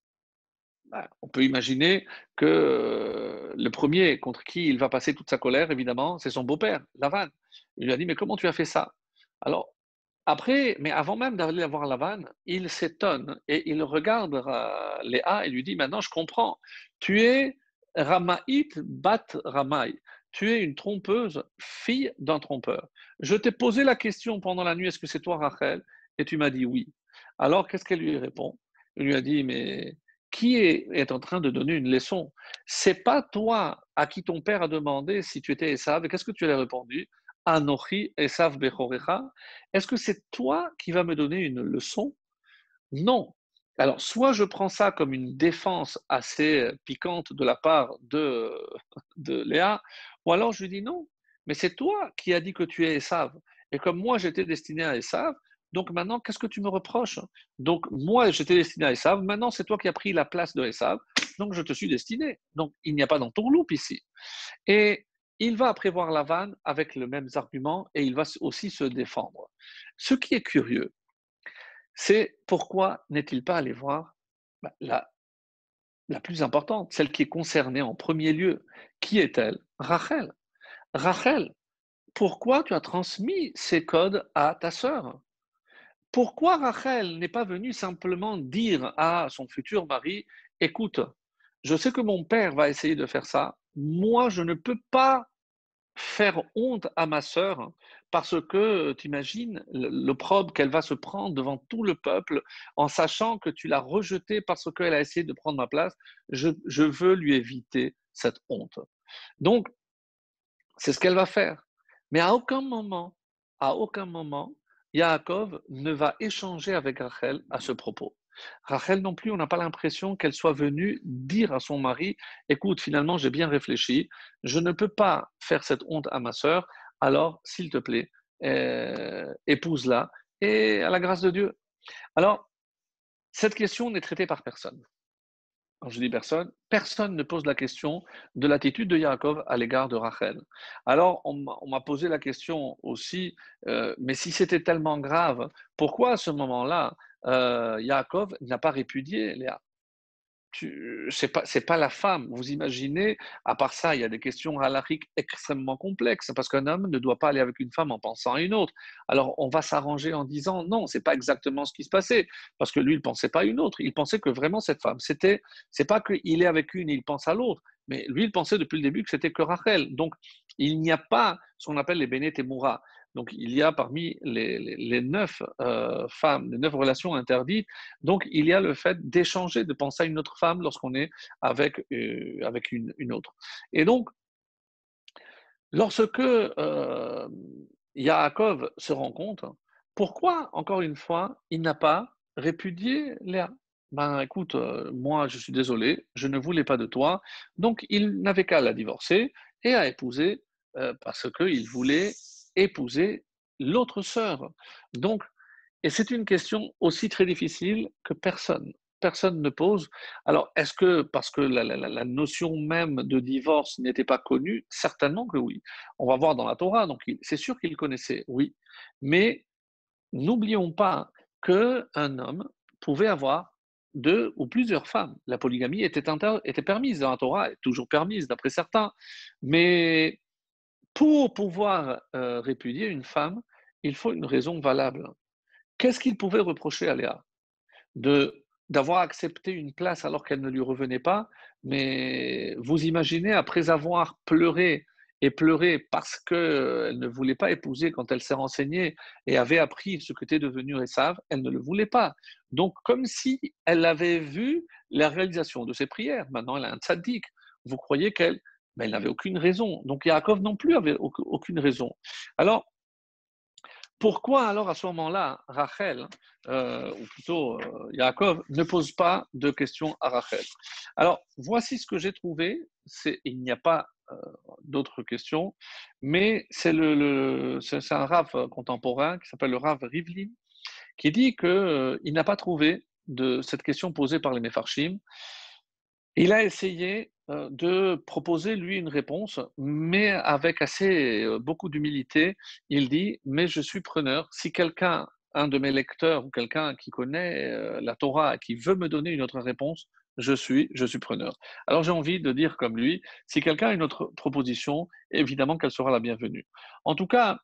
On peut imaginer que le premier contre qui il va passer toute sa colère, évidemment, c'est son beau-père, Lavan. Il lui a dit, mais comment tu as fait ça? Alors, après, mais avant même d'aller voir Lavan, il s'étonne et il regarde Léa et lui dit, maintenant je comprends, tu es Ramaït Bat Ramaï, tu es une trompeuse, fille d'un trompeur. Je t'ai posé la question pendant la nuit, est-ce que c'est toi Rachel? Et tu m'as dit oui. Alors, qu'est-ce qu'elle lui répond? Il lui a dit, mais qui est en train de donner une leçon? C'est pas toi à qui ton père a demandé si tu étais Esav. Et qu'est-ce que tu lui as répondu? Anochi Esav Bechorecha. Est-ce que c'est toi qui vas me donner une leçon? Non. Alors, soit je prends ça comme une défense assez piquante de la part de Léa, ou alors je lui dis non, mais c'est toi qui as dit que tu es Esav. Et comme moi, j'étais destiné à Esav, donc maintenant, qu'est-ce que tu me reproches? Donc, moi, j'étais destiné à Esav, maintenant, c'est toi qui as pris la place de Esav, donc je te suis destiné. Donc, il n'y a pas d'entourloupe ici. Et il va prévoir la vanne avec les mêmes arguments et il va aussi se défendre. Ce qui est curieux, c'est pourquoi n'est-il pas allé voir la plus importante, celle qui est concernée en premier lieu. Qui est-elle? Rachel. Rachel, pourquoi tu as transmis ces codes à ta sœur? Pourquoi Rachel n'est pas venue simplement dire à son futur mari, écoute, je sais que mon père va essayer de faire ça, moi je ne peux pas faire honte à ma sœur parce que tu imagines l'opprobre qu'elle va se prendre devant tout le peuple en sachant que tu l'as rejetée parce qu'elle a essayé de prendre ma place. Je veux lui éviter cette honte. Donc, c'est ce qu'elle va faire. Mais à aucun moment, Yaakov ne va échanger avec Rachel à ce propos. Rachel non plus, on n'a pas l'impression qu'elle soit venue dire à son mari, écoute, finalement, j'ai bien réfléchi, je ne peux pas faire cette honte à ma sœur, alors, s'il te plaît, épouse-la et à la grâce de Dieu. Alors, cette question n'est traitée par personne. Quand je dis personne, personne ne pose la question de l'attitude de Yaakov à l'égard de Rachel. Alors, on m'a posé la question aussi, mais si c'était tellement grave, pourquoi à ce moment-là, Yaakov n'a pas répudié Léa? C'est pas la femme. Vous imaginez, à part ça, il y a des questions halachiques extrêmement complexes, parce qu'un homme ne doit pas aller avec une femme en pensant à une autre. Alors, on va s'arranger en disant non, c'est pas exactement ce qui se passait, parce que lui, il pensait pas à une autre. Il pensait que vraiment cette femme, c'est pas qu'il est avec une et il pense à l'autre, mais lui, il pensait depuis le début que c'était que Rachel. Donc, il n'y a pas ce qu'on appelle les Béné Moura. Donc, il y a parmi les 9 femmes, les 9 relations interdites, donc il y a le fait d'échanger, de penser à une autre femme lorsqu'on est avec une autre. Et donc, lorsque Yaakov se rend compte, pourquoi, encore une fois, il n'a pas répudié Léa? Ben écoute, moi je suis désolé, je ne voulais pas de toi. Donc il n'avait qu'à la divorcer et à épouser, parce qu'il voulait épouser l'autre sœur. Donc, et c'est une question aussi très difficile que personne ne pose. Alors, est-ce que parce que la notion même de divorce n'était pas connue? Certainement que oui. On va voir dans la Torah, donc c'est sûr qu'il connaissait, oui. Mais n'oublions pas qu'un homme pouvait avoir deux ou plusieurs femmes. La polygamie était permise dans la Torah, est toujours permise d'après certains. Mais pour pouvoir répudier une femme, il faut une raison valable. Qu'est-ce qu'il pouvait reprocher à Léa? de D'avoir accepté une place alors qu'elle ne lui revenait pas. Mais vous imaginez, après avoir pleuré et pleuré parce qu'elle ne voulait pas épouser quand elle s'est renseignée et avait appris ce que était devenu Esav, elle ne le voulait pas. Donc, comme si elle avait vu la réalisation de ses prières. Maintenant, elle a un tzaddik. Vous croyez qu'elle, mais elle n'avait aucune raison. Donc, Yaakov non plus avait aucune raison. Alors, pourquoi alors à ce moment-là, Rachel, ou plutôt Yaakov, ne pose pas de questions à Rachel? Alors, voici ce que j'ai trouvé. Il n'y a pas d'autres questions, mais c'est un Rav contemporain qui s'appelle le Rav Rivlin, qui dit qu'il n'a pas trouvé de cette question posée par les Mefarshim. Il a essayé de proposer, lui, une réponse, mais avec beaucoup d'humilité. Il dit, mais je suis preneur. Si quelqu'un, un de mes lecteurs ou quelqu'un qui connaît la Torah, qui veut me donner une autre réponse, je suis preneur. Alors j'ai envie de dire comme lui, si quelqu'un a une autre proposition, évidemment qu'elle sera la bienvenue. En tout cas,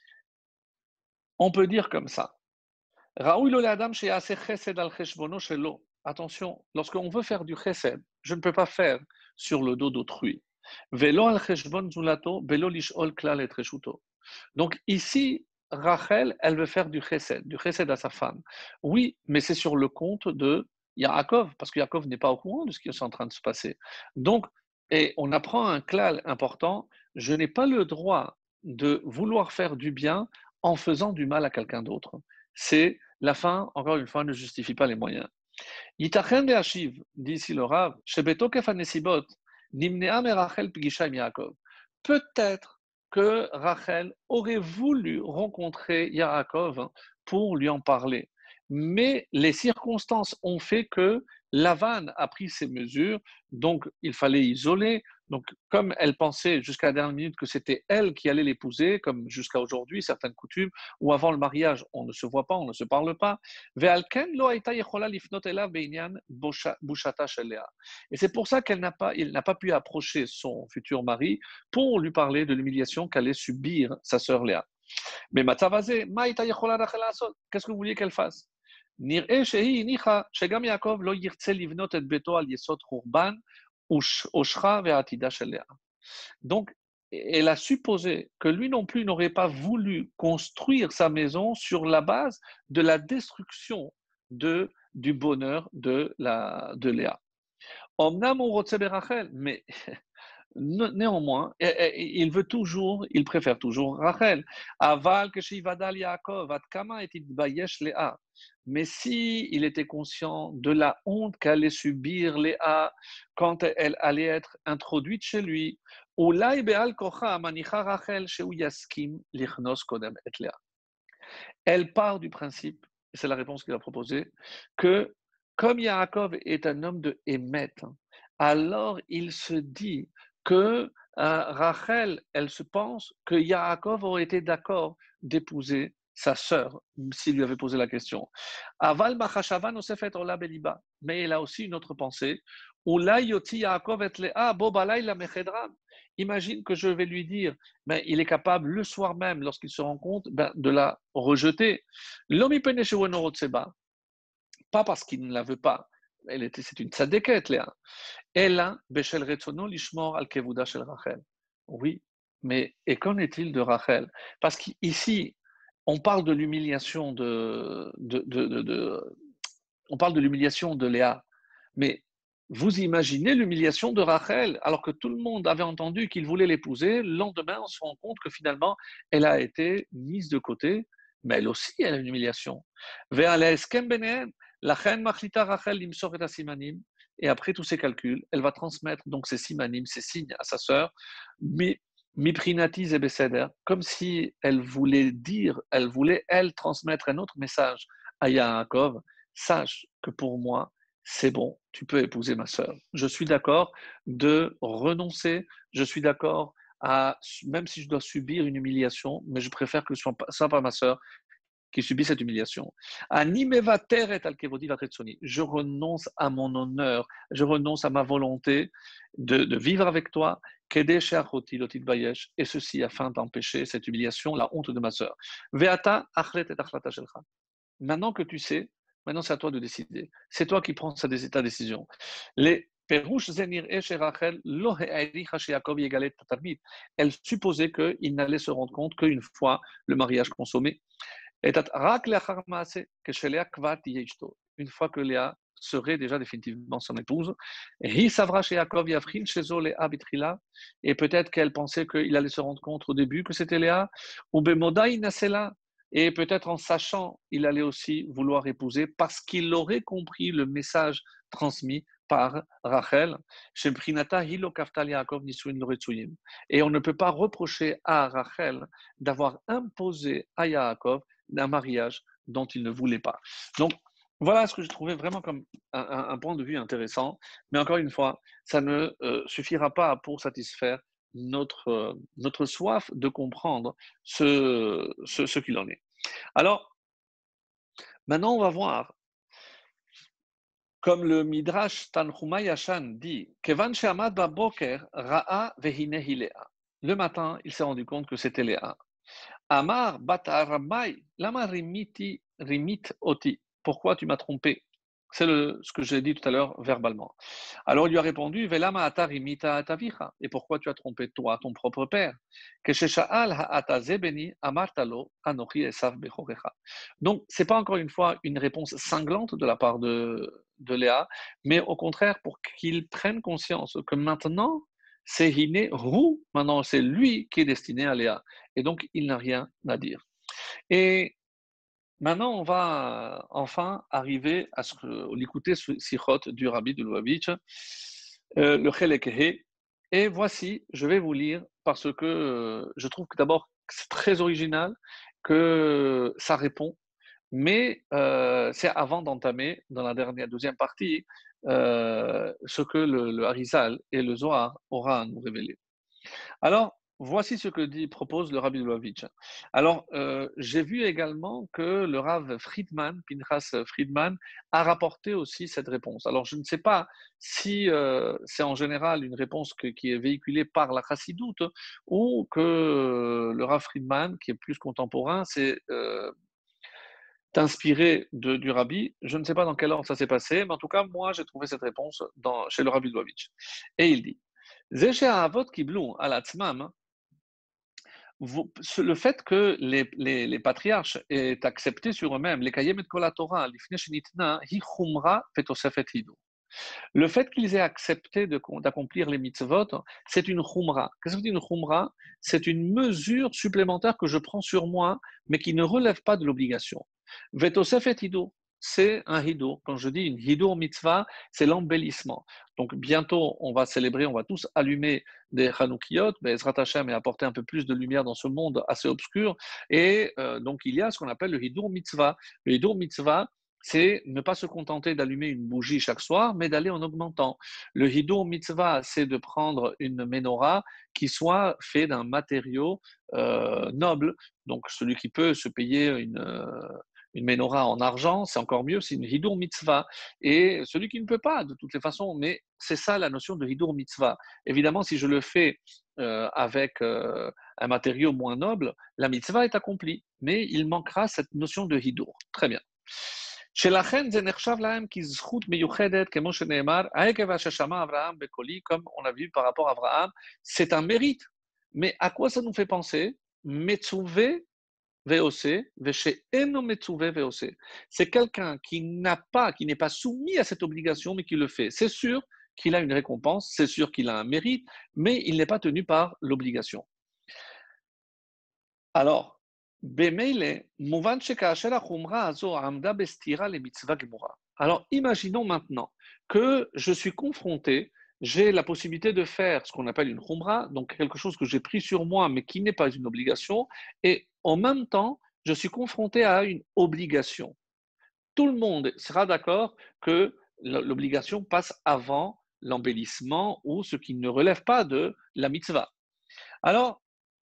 on peut dire comme ça. Raoul le Adam chez chesed al cheshbono shelo. Attention, lorsqu'on veut faire du chesed, je ne peux pas faire sur le dos d'autrui. Velo al cheshbon zulato, velo lishol klal et reshuto. Donc ici, Rachel, elle veut faire du chesed à sa femme. Oui, mais c'est sur le compte de Yaakov, parce que Yaakov n'est pas au courant de ce qui est en train de se passer. Donc, et on apprend un klal important, je n'ai pas le droit de vouloir faire du bien en faisant du mal à quelqu'un d'autre. C'est la fin, encore une fois, ne justifie pas les moyens. Yitachen de Hashiv, dit ici le Rav, Shebetokef Anesibot, Nimnea Merachel Pigisha Yaakov. Peut-être que Rachel aurait voulu rencontrer Yaakov pour lui en parler. Mais les circonstances ont fait que Lavan a pris ses mesures, donc il fallait isoler. Donc, comme elle pensait jusqu'à la dernière minute que c'était elle qui allait l'épouser, comme jusqu'à aujourd'hui, certaines coutumes, ou avant le mariage, on ne se voit pas, on ne se parle pas. Et c'est pour ça il n'a pas pu approcher son futur mari pour lui parler de l'humiliation qu'allait subir sa sœur Léa. Mais Matzavazé, qu'est-ce que vous vouliez qu'elle fasse? נראה שהיא הניחה שגם יעקב לא ירצה לבנות את ביתו על יסוד חורבן עושרה והעתידה של לאה. Donc, elle a supposé que lui non plus n'aurait pas voulu construire sa maison sur la base de la destruction du bonheur de Léa. Omnam on rotse berachel, mais néanmoins, il préfère toujours Rachel. Aval que Shivadal Yaakov, Atkama et Itbayesh Léa. Mais si il était conscient de la honte qu'allait subir Léa quand elle allait être introduite chez lui, Ulai Be'al Kocha Manicha Rachel Sheu Yaskim Lichnos Kodem et Léa. Elle part du principe, et c'est la réponse qu'il a proposée, que comme Yaakov est un homme de Hémet, alors il se dit que Rachel, elle se pense que Yaakov aurait été d'accord d'épouser sa sœur, s'il lui avait posé la question. Aval Machashava Nosefet Ola Beliba. Mais il a aussi une autre pensée. Ulai Yotzi Yaakov et Lea Bo Balayla Mechedran. Imagine que je vais lui dire, ben, il est capable le soir même, lorsqu'il se rend compte, ben, de la rejeter. L'homme pas parce qu'il ne la veut pas. C'est une tzadéket, Léa. Elle a, Beshel Retzono, Lishmor al Kevuda Shel Rachel. Oui, Mais et qu'en est-il de Rachel? Parce qu'ici, on parle de l'humiliation on parle de l'humiliation de Léa. Mais vous imaginez l'humiliation de Rachel, alors que tout le monde avait entendu qu'il voulait l'épouser. Le lendemain, on se rend compte que finalement, elle a été mise de côté, mais elle aussi, elle a une humiliation. Et après tous ces calculs, elle va transmettre donc ces simanim, ces signes à sa sœur, Miprinati Zebeseder, comme si elle voulait dire, elle transmettre un autre message à Yaakov. Sache que pour moi, c'est bon, tu peux épouser ma sœur. Je suis d'accord de renoncer, je suis d'accord à, même si je dois subir une humiliation, mais je préfère que ce ne soit pas ma sœur qui subit cette humiliation. Je renonce à mon honneur, je renonce à ma volonté de vivre avec toi, et ceci afin d'empêcher cette humiliation, la honte de ma sœur. Maintenant que tu sais, maintenant c'est à toi de décider. C'est toi qui prends ta décision. Les Perouche Zenir et Rachel, elle supposait qu'il n'allait se rendre compte qu'une fois le mariage consommé. Une fois que Léa serait déjà définitivement son épouse, et peut-être qu'elle pensait qu'il allait se rendre compte au début que c'était Léa, et peut-être en sachant, il allait aussi vouloir épouser parce qu'il aurait compris le message transmis par Rachel. Et on ne peut pas reprocher à Rachel d'avoir imposé à Yaakov d'un mariage dont il ne voulait pas. Donc, voilà ce que je trouvais vraiment comme un point de vue intéressant. Mais encore une fois, ça ne suffira pas pour satisfaire notre soif de comprendre ce qu'il en est. Alors, maintenant, on va voir, comme le Midrash Tanchuma Yashan dit, Kevan she'amad baboker ra'a vehine hilea. Le matin, il s'est rendu compte que c'était Léa. Amar bat Rabbai, lama rimit oti. Pourquoi tu m'as trompé? C'est ce que j'ai dit tout à l'heure verbalement. Alors il lui a répondu, Velama ata rimita atavicha. Et pourquoi tu as trompé toi, ton propre père? Keshesha'al ha'ata zebeni amartalo anochi esav bechorecha. Donc c'est pas encore une fois une réponse cinglante de la part de Léa, mais au contraire pour qu'il prenne conscience que maintenant c'est Hiné Rou, maintenant c'est lui qui est destiné à Léa. Et donc, il n'a rien à dire. Et maintenant, on va enfin arriver à l'écouter Sichot du Rabbi de Lubavitch, le Chelekhe. Et voici, je vais vous lire parce que je trouve que d'abord, c'est très original, que ça répond, mais c'est avant d'entamer, dans la deuxième partie, ce que le Harizal et le Zohar aura à nous révéler. Alors, voici ce que propose le Rabbi Lubavitch. Alors, j'ai vu également que le Rav Friedman, Pinchas Friedman, a rapporté aussi cette réponse. Alors, je ne sais pas si c'est en général une réponse qui est véhiculée par la Chassidoute ou que le Rav Friedman, qui est plus contemporain, s'est inspiré du Rabbi. Je ne sais pas dans quel ordre ça s'est passé, mais en tout cas, moi, j'ai trouvé cette réponse chez le Rabbi Lubavitch. Et il dit, le fait que les patriarches aient accepté sur eux-mêmes les kayem et kol Torah lifnei shenitna hi chumra vetosefet hidur. Le fait qu'ils aient accepté d'accomplir les mitzvot, c'est une chumra. Qu'est-ce que c'est une chumra? C'est une mesure supplémentaire que je prends sur moi, mais qui ne relève pas de l'obligation. Vetosefet hidur, c'est un hidur. Quand je dis une hidur mitzvah, c'est l'embellissement. Donc bientôt, on va célébrer, on va tous allumer des Chanoukiyot, Ezrat Hashem, et apporter un peu plus de lumière dans ce monde assez obscur. Et donc il y a ce qu'on appelle le hidur mitzvah. Le hidur mitzvah, c'est ne pas se contenter d'allumer une bougie chaque soir, mais d'aller en augmentant. Le hidur mitzvah, c'est de prendre une menorah qui soit faite d'un matériau noble. Donc celui qui peut se payer une menorah en argent, c'est encore mieux, c'est une hidur mitzvah. Et celui qui ne peut pas, de toutes les façons, mais c'est ça la notion de hidur mitzvah. Évidemment, si je le fais avec un matériau moins noble, la mitzvah est accomplie, mais il manquera cette notion de hidur. Très bien. שלכן זה נחשב להם כזכות מיוחדת, כמו שנאמר, העקב אשר שמע אברהם בקולי, comme on a vu par rapport à Abraham, c'est un mérite. Mais à quoi ça nous fait penser? Metsuvé VOC, Veshe Eno Metsuvé VOC. C'est quelqu'un qui n'est pas soumis à cette obligation, mais qui le fait. C'est sûr qu'il a une récompense, c'est sûr qu'il a un mérite, mais il n'est pas tenu par l'obligation. Alors, Bemeile, Mouvan Shekasher Achumra Azo Amda Bestira le Mitzvah Gemura. Alors, imaginons maintenant que je suis confronté, j'ai la possibilité de faire ce qu'on appelle une khumra, donc quelque chose que j'ai pris sur moi, mais qui n'est pas une obligation, et en même temps, je suis confronté à une obligation. Tout le monde sera d'accord que l'obligation passe avant l'embellissement ou ce qui ne relève pas de la mitzvah. Alors,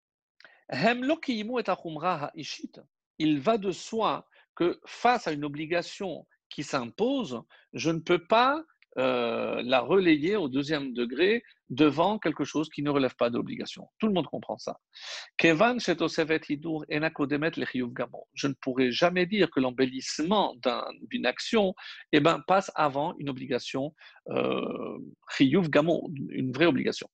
il va de soi que face à une obligation qui s'impose, je ne peux pas la relayer au deuxième degré devant quelque chose qui ne relève pas d'obligation. Tout le monde comprend ça. Je ne pourrai jamais dire que l'embellissement d'une action passe avant une obligation chiyuv gamo, une vraie obligation.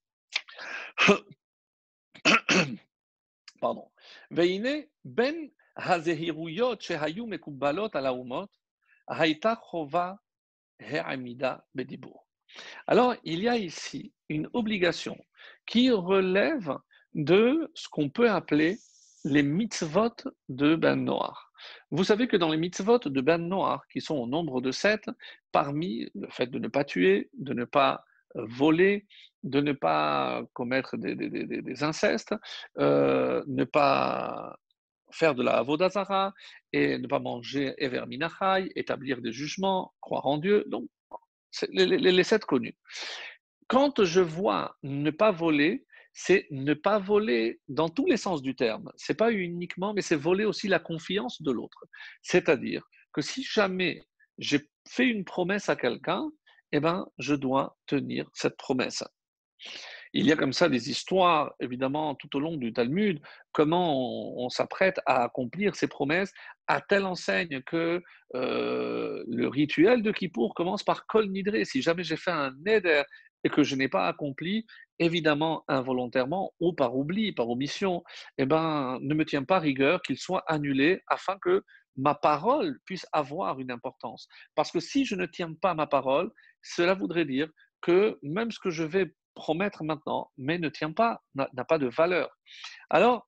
Pardon. Veine ben hazehiruyot shehayu mekubalot al haumot haïta chova he'amida bedibur. Alors, il y a ici une obligation qui relève de ce qu'on peut appeler les mitzvot de Ben Noach. Vous savez que dans les mitzvot de Ben Noach, qui sont au nombre de 7, parmi le fait de ne pas tuer, de ne pas voler, de ne pas commettre des incestes, ne pas faire de la avodazara et ne pas manger Ever Minachai, établir des jugements, croire en Dieu. Donc, c'est les 7 connus. Quand je vois ne pas voler, c'est ne pas voler dans tous les sens du terme. C'est pas uniquement, mais c'est voler aussi la confiance de l'autre. C'est-à-dire que si jamais j'ai fait une promesse à quelqu'un, je dois tenir cette promesse. Il y a comme ça des histoires, évidemment, tout au long du Talmud, comment on s'apprête à accomplir ces promesses, à telle enseigne que le rituel de Kippour commence par Kol Nidre. Si jamais j'ai fait un neder et que je n'ai pas accompli, évidemment, involontairement ou par oubli, par omission, ne me tiens pas rigueur qu'il soit annulé afin que ma parole puisse avoir une importance. Parce que si je ne tiens pas ma parole, cela voudrait dire que même ce que je vais promettre maintenant, mais ne tient pas, n'a pas de valeur. Alors,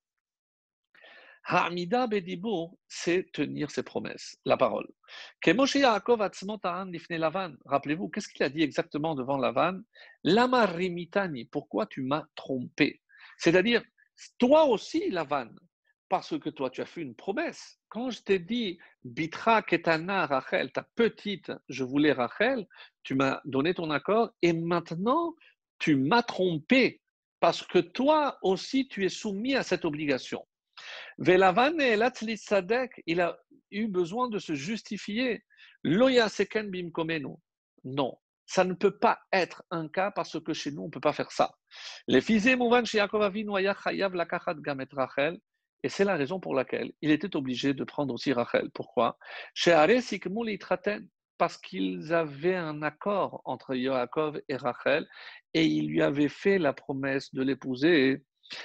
Ha'amida Bedibur, c'est tenir ses promesses, la parole. Kemoshe Yaakov atzmo ta'an lifnei Lavan. Rappelez-vous, qu'est-ce qu'il a dit exactement devant Lavan? Lama rimitani, pourquoi tu m'as trompé? C'est-à-dire, toi aussi, Lavan, parce que toi, tu as fait une promesse. Quand je t'ai dit, Bitra Ketana Rachel, ta petite, je voulais Rachel, tu m'as donné ton accord, et maintenant, tu m'as trompé, parce que toi aussi, tu es soumis à cette obligation. Velavan et Sadek, il a eu besoin de se justifier. Loya seken bim komenu. Non, ça ne peut pas être un cas parce que chez nous, on ne peut pas faire ça. Les fils mouvan chez Yaakov Avinu aya chayav lakachat gamet Rachel. Et c'est la raison pour laquelle il était obligé de prendre aussi Rachel. Pourquoi? Chez Are sikmu litraten. Parce qu'ils avaient un accord entre Yaakov et Rachel et il lui avait fait la promesse de l'épouser.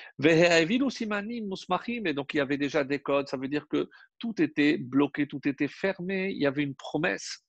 Et donc il y avait déjà des codes, ça veut dire que tout était bloqué, tout était fermé, il y avait une promesse.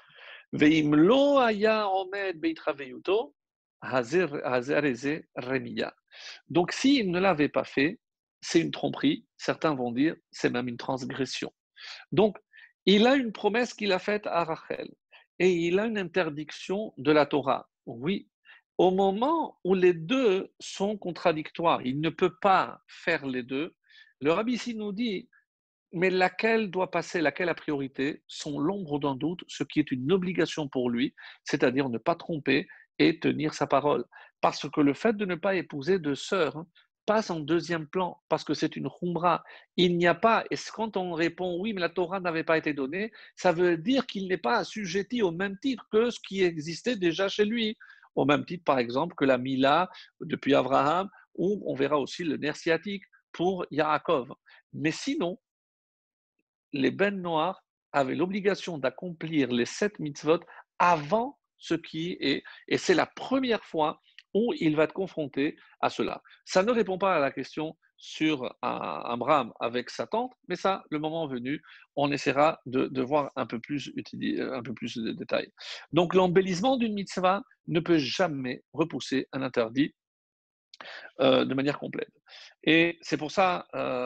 Donc s'il ne l'avait pas fait, c'est une tromperie, certains vont dire c'est même une transgression. Donc il a une promesse qu'il a faite à Rachel et il a une interdiction de la Torah. Oui, au moment où les deux sont contradictoires, il ne peut pas faire les deux, le rabbi ici nous dit, mais laquelle doit passer, laquelle a priorité, sont l'ombre d'un doute, ce qui est une obligation pour lui, c'est-à-dire ne pas tromper et tenir sa parole. Parce que le fait de ne pas épouser de sœur passe en deuxième plan, parce que c'est une khumra. Il n'y a pas, et quand on répond oui, mais la Torah n'avait pas été donnée, ça veut dire qu'il n'est pas assujetti au même titre que ce qui existait déjà chez lui. Au même titre, par exemple, que la Mila depuis Abraham, ou on verra aussi le nerf sciatique pour Yaakov. Mais sinon, les Ben Noach avaient l'obligation d'accomplir les 7 mitzvot avant ce qui est, et c'est la première fois où il va te confronter à cela. Ça ne répond pas à la question sur un brame avec sa tante, mais ça, le moment venu, on essaiera de voir un peu plus de détails. Donc l'embellissement d'une mitzvah ne peut jamais repousser un interdit de manière complète. Et c'est pour ça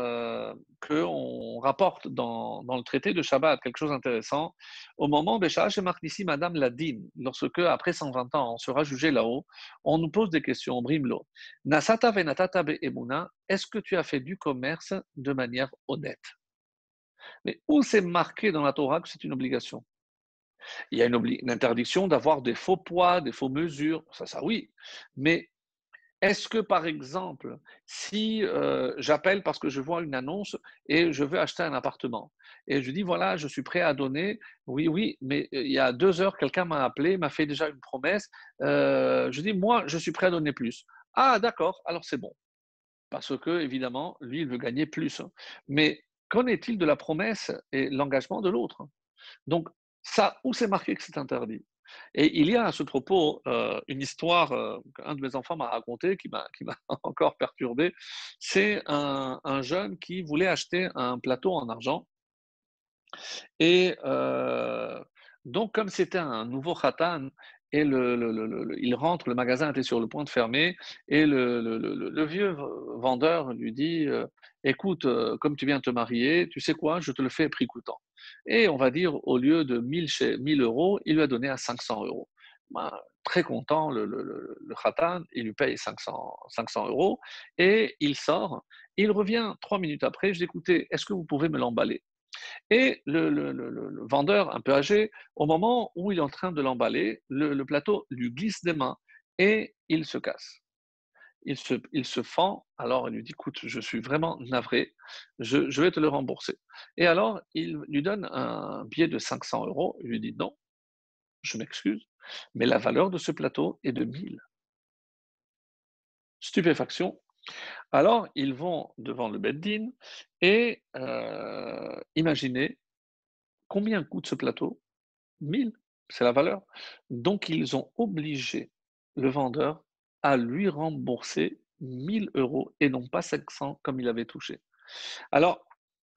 qu'on rapporte dans le traité de Shabbat quelque chose d'intéressant. Au moment de Shabbat, chez marque ici Madame Ladine, lorsque, après 120 ans, on sera jugé là-haut, on nous pose des questions, brimlo. Nasata venatata be emuna, est-ce que tu as fait du commerce de manière honnête? Mais où c'est marqué dans la Torah que c'est une obligation? Il y a une interdiction d'avoir des faux poids, des faux mesures, ça oui. Mais est-ce que, par exemple, si j'appelle parce que je vois une annonce et je veux acheter un appartement, et je dis, voilà, je suis prêt à donner, oui, oui, mais il y a 2 heures, quelqu'un m'a appelé, m'a fait déjà une promesse, je dis, moi, je suis prêt à donner plus. Ah, d'accord, alors c'est bon. Parce que, évidemment, lui, il veut gagner plus. Mais qu'en est-il de la promesse et l'engagement de l'autre? Donc, ça, où c'est marqué que c'est interdit? Et il y a à ce propos une histoire qu'un de mes enfants m'a racontée qui m'a encore perturbé. C'est un jeune qui voulait acheter un plateau en argent. Et donc, comme c'était un nouveau khatan, et il rentre, le magasin était sur le point de fermer, et le vieux vendeur lui dit écoute, comme tu viens de te marier, tu sais quoi, je te le fais prix coûtant. Et on va dire, au lieu de 1000 euros, il lui a donné à 500 euros. Ben, très content, le khatan, il lui paye 500 euros, et il sort. Il revient 3 minutes après, je dis écoutez, est-ce que vous pouvez me l'emballer? Et le vendeur, un peu âgé, au moment où il est en train de l'emballer, le plateau lui glisse des mains et il se casse. Il se fend, alors il lui dit, écoute, je suis vraiment navré, je vais te le rembourser. Et alors, il lui donne un billet de 500 euros, il lui dit, non, je m'excuse, mais la valeur de ce plateau est de 1000. Stupéfaction. Alors, ils vont devant le Beddin et imaginez combien coûte ce plateau? 1000, c'est la valeur. Donc, ils ont obligé le vendeur à lui rembourser 1000 euros et non pas 500 comme il avait touché. Alors,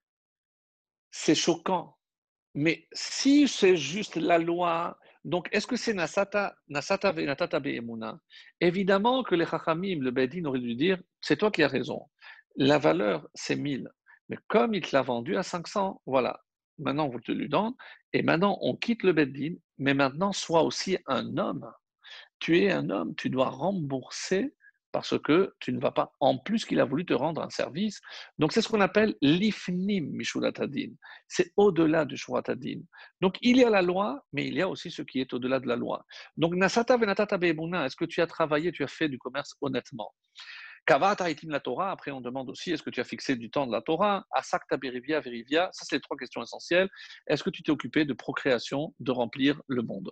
c'est choquant, mais si c'est juste la loi, donc est-ce que c'est Nasata Venatata Be'emuna? Évidemment que les Chachamim, le Bedin aurait dû dire c'est toi qui as raison. La valeur, c'est 1000. Mais comme il te l'a vendu à 500, voilà. Maintenant, vous te le donne. Et maintenant, on quitte le Bedin. Mais maintenant, sois aussi un homme. Tu es un homme, tu dois rembourser parce que tu ne vas pas, en plus qu'il a voulu te rendre un service. Donc c'est ce qu'on appelle l'ifnim mishuratadin. C'est au-delà du shuratadin. Donc il y a la loi, mais il y a aussi ce qui est au-delà de la loi. Donc nasata venatata be'emuna, est-ce que tu as travaillé, tu as fait du commerce honnêtement? Kavata itim la Torah, après on demande aussi, est-ce que tu as fixé du temps de la Torah? Asakta berivia verivia, ça c'est les 3 questions essentielles. Est-ce que tu t'es occupé de procréation, de remplir le monde?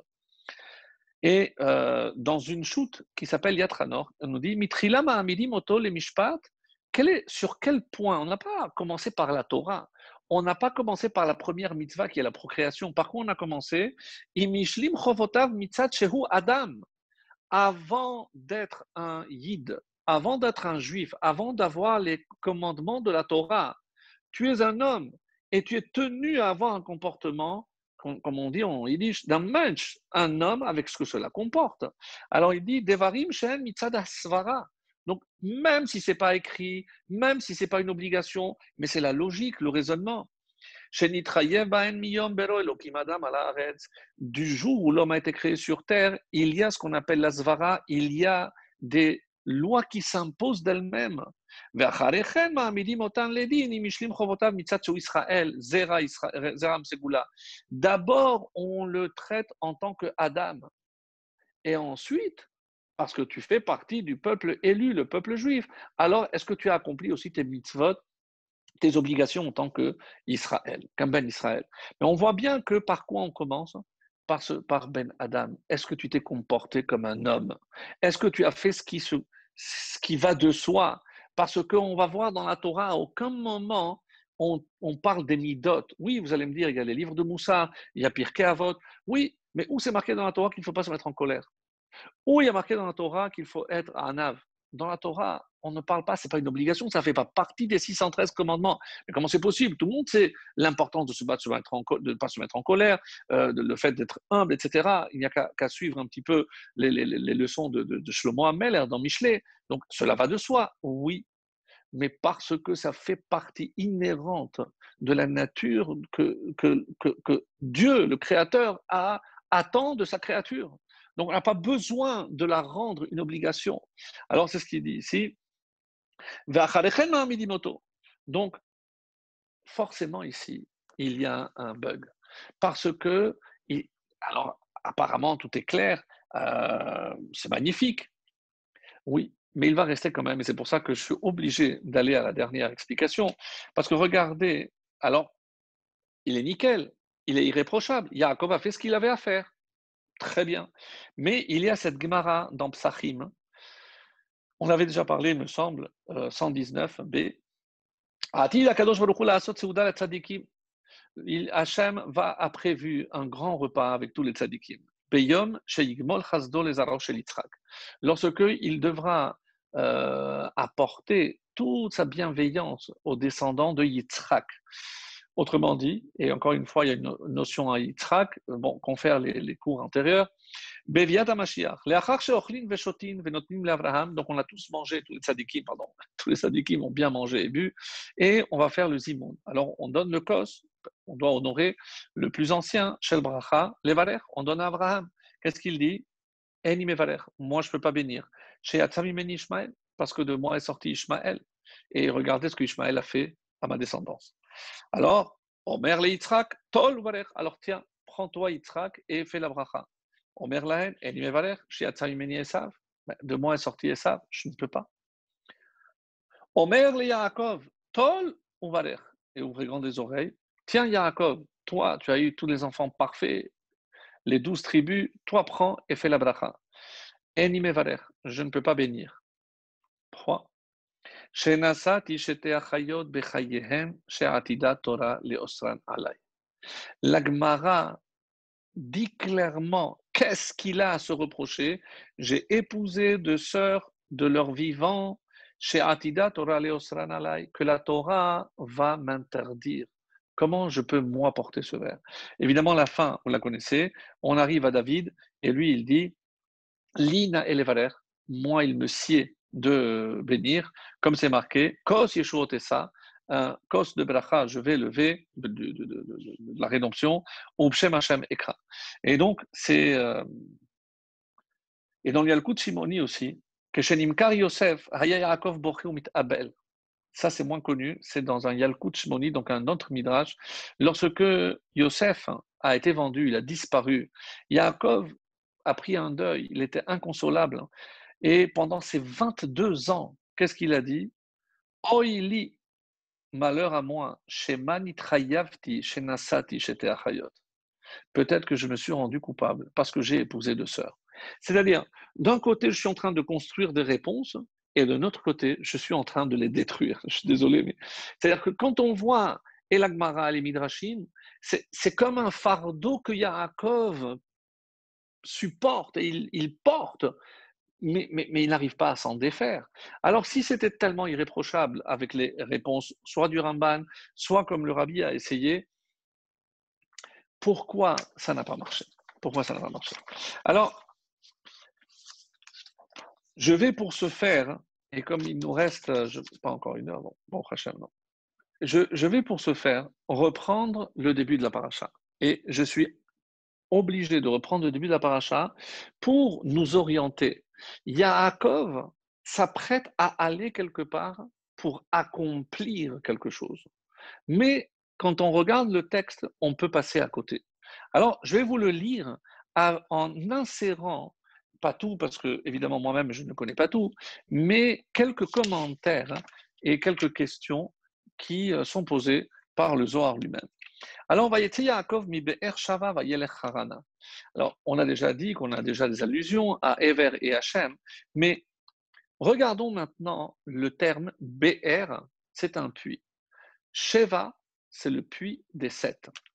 Et dans une chute qui s'appelle Yatranor, on nous dit Mitrilama amidi moto le mishpat. Sur quel point? On n'a pas commencé par la Torah. On n'a pas commencé par la première mitzvah qui est la procréation. Par contre, on a commencé Imishlim chovotav mitzat shehu Adam. Avant d'être un yid, avant d'être un juif, avant d'avoir les commandements de la Torah, tu es un homme et tu es tenu à avoir un comportement, comme on dit en yiddish, d'un mensch, un homme avec ce que cela comporte. Alors il dit, Devarim shen mitzad asvara. Donc, même si ce n'est pas écrit, même si ce n'est pas une obligation, mais c'est la logique, le raisonnement. Du jour où l'homme a été créé sur terre, il y a ce qu'on appelle la svara, il y a des lois qui s'imposent d'elles-mêmes. D'abord, on le traite en tant que Adam. Et ensuite, parce que tu fais partie du peuple élu, le peuple juif, alors est-ce que tu as accompli aussi tes mitzvot, tes obligations en tant qu'Israël, qu'un Ben Israël? Mais on voit bien que par quoi on commence? Par Ben Adam. Est-ce que tu t'es comporté comme un homme? Est-ce que tu as fait ce qui va de soi? Parce qu'on va voir dans la Torah, à aucun moment on parle des midot. Oui, vous allez me dire, il y a les livres de Moussa, il y a Pirkei Avot. Oui, mais où c'est marqué dans la Torah qu'il ne faut pas se mettre en colère? Ou il y a marqué dans la Torah qu'il faut être Anav. Dans la Torah, on ne parle pas, ce n'est pas une obligation, ça ne fait pas partie des 613 commandements. Mais comment c'est possible? Tout le monde sait l'importance de de ne pas se mettre en colère, le fait d'être humble, etc. Il n'y a qu'à suivre un petit peu les leçons de Shlomo Ameler dans Michelet. Donc cela va de soi, oui, mais parce que ça fait partie inhérente de la nature que Dieu, le Créateur, attend de sa créature. Donc, on n'a pas besoin de la rendre une obligation. Alors, c'est ce qu'il dit ici. Donc, forcément, ici, il y a un bug. Parce que, alors, apparemment, tout est clair, c'est magnifique, oui, mais il va rester quand même, et c'est pour ça que je suis obligé d'aller à la dernière explication, parce que regardez, alors, il est nickel, il est irréprochable, Yaakov a fait ce qu'il avait à faire, très bien, mais il y a cette Gemara dans Psachim, on avait déjà parlé, il me semble, 119b, Ati Akadosh Baruch Hu la'asot seuda letzadikim. Hachem a prévu un grand repas avec tous les tzadikim. Beyom sheyigmol chasdo les arav shel Yitzhak. Lorsque il devra apporter toute sa bienveillance aux descendants de Yitzhak. Autrement dit, et encore une fois, il y a une notion à Yitzhak, bon, confère les cours antérieurs, Beviat HaMashiach. Le'achar she'ochlin ve'shotin ve'notnim le'Avraham. Donc, on a tous mangé, tous les tzadikim, pardon, tous les tzadikim ont bien mangé et bu, et on va faire le zimoun. Alors, on donne le kos, on doit honorer le plus ancien, Shel Bracha, Levarer, on donne à Abraham. Qu'est-ce qu'il dit? Eni Mevarer, moi je ne peux pas bénir. Chez Atzamimeni Ishmael, parce que de moi est sorti Ishmael. Et regardez ce que Ishmael a fait à ma descendance. Alors, Omer le Yitzhak, Tol Varer. Alors tiens, prends-toi Yitzhak et fais la bracha. Omer lahen, Eni Mevarer, chez Atzamimeni Esav. De moi est sorti Esav, je ne peux pas. Omer le Yaakov, Tol Varer. Et ouvrez grand des oreilles. Tiens, Yaakov, toi, tu as eu tous les enfants parfaits, les 12 tribus, toi prends et fais la bracha. Eni mevarer, je ne peux pas bénir. 3. Shenasati shete achayot bechayehem she'atida Torah leosran alay. La Gemara dit clairement qu'est-ce qu'il a à se reprocher. J'ai épousé deux sœurs de leur vivant she'atida Torah leosran alay, que la Torah va m'interdire. Comment je peux, moi, porter ce verre? Évidemment, la fin, vous la connaissez. On arrive à David, et lui, il dit Lina elevarer, moi, il me sied de bénir, comme c'est marqué, Kos Yeshuotessa, un Kos de Bracha, je vais lever de la rédemption, Ubshem Hashem Ekra. Et donc, et dans le Yalkut Shimoni aussi, que Shenimkar Yosef, Haya Yaakov Bochir Mit Abel. Ça, c'est moins connu. C'est dans un Yalkut Shmoni, donc un autre Midrash. Lorsque Yosef a été vendu, il a disparu. Yaakov a pris un deuil. Il était inconsolable. Et pendant ces 22 ans, qu'est-ce qu'il a dit? Oili, malheur à moi, Shema nitrayavti, shenasati, shete achayot. Peut-être que je me suis rendu coupable parce que j'ai épousé deux sœurs. C'est-à-dire, d'un côté, je suis en train de construire des réponses, et de l'autre côté, je suis en train de les détruire. Je suis désolé, mais c'est-à-dire que quand on voit Elagmara et les Midrashim, c'est comme un fardeau que Yaakov supporte et il porte, mais il n'arrive pas à s'en défaire. Alors, si c'était tellement irréprochable avec les réponses, soit du Ramban, soit comme le Rabbi a essayé, pourquoi ça n'a pas marché? Pourquoi ça n'a pas marché? Alors, je vais pour ce faire, et comme il nous reste, pas encore une heure, bon, Hachem, non. Je vais pour ce faire reprendre le début de la paracha. Et je suis obligé de reprendre le début de la paracha pour nous orienter. Yaakov s'apprête à aller quelque part pour accomplir quelque chose. Mais quand on regarde le texte, on peut passer à côté. Alors, je vais vous le lire en insérant, pas tout, parce que évidemment moi-même je ne connais pas tout, mais quelques commentaires et quelques questions qui sont posées par le Zohar lui-même. Alors, Yaakov mi be'er shava vayelech harana. Alors, on a déjà dit qu'on a déjà des allusions à Ever et Hachem, mais regardons maintenant le terme be'er, c'est un puits. Sheva, c'est le puits des sept.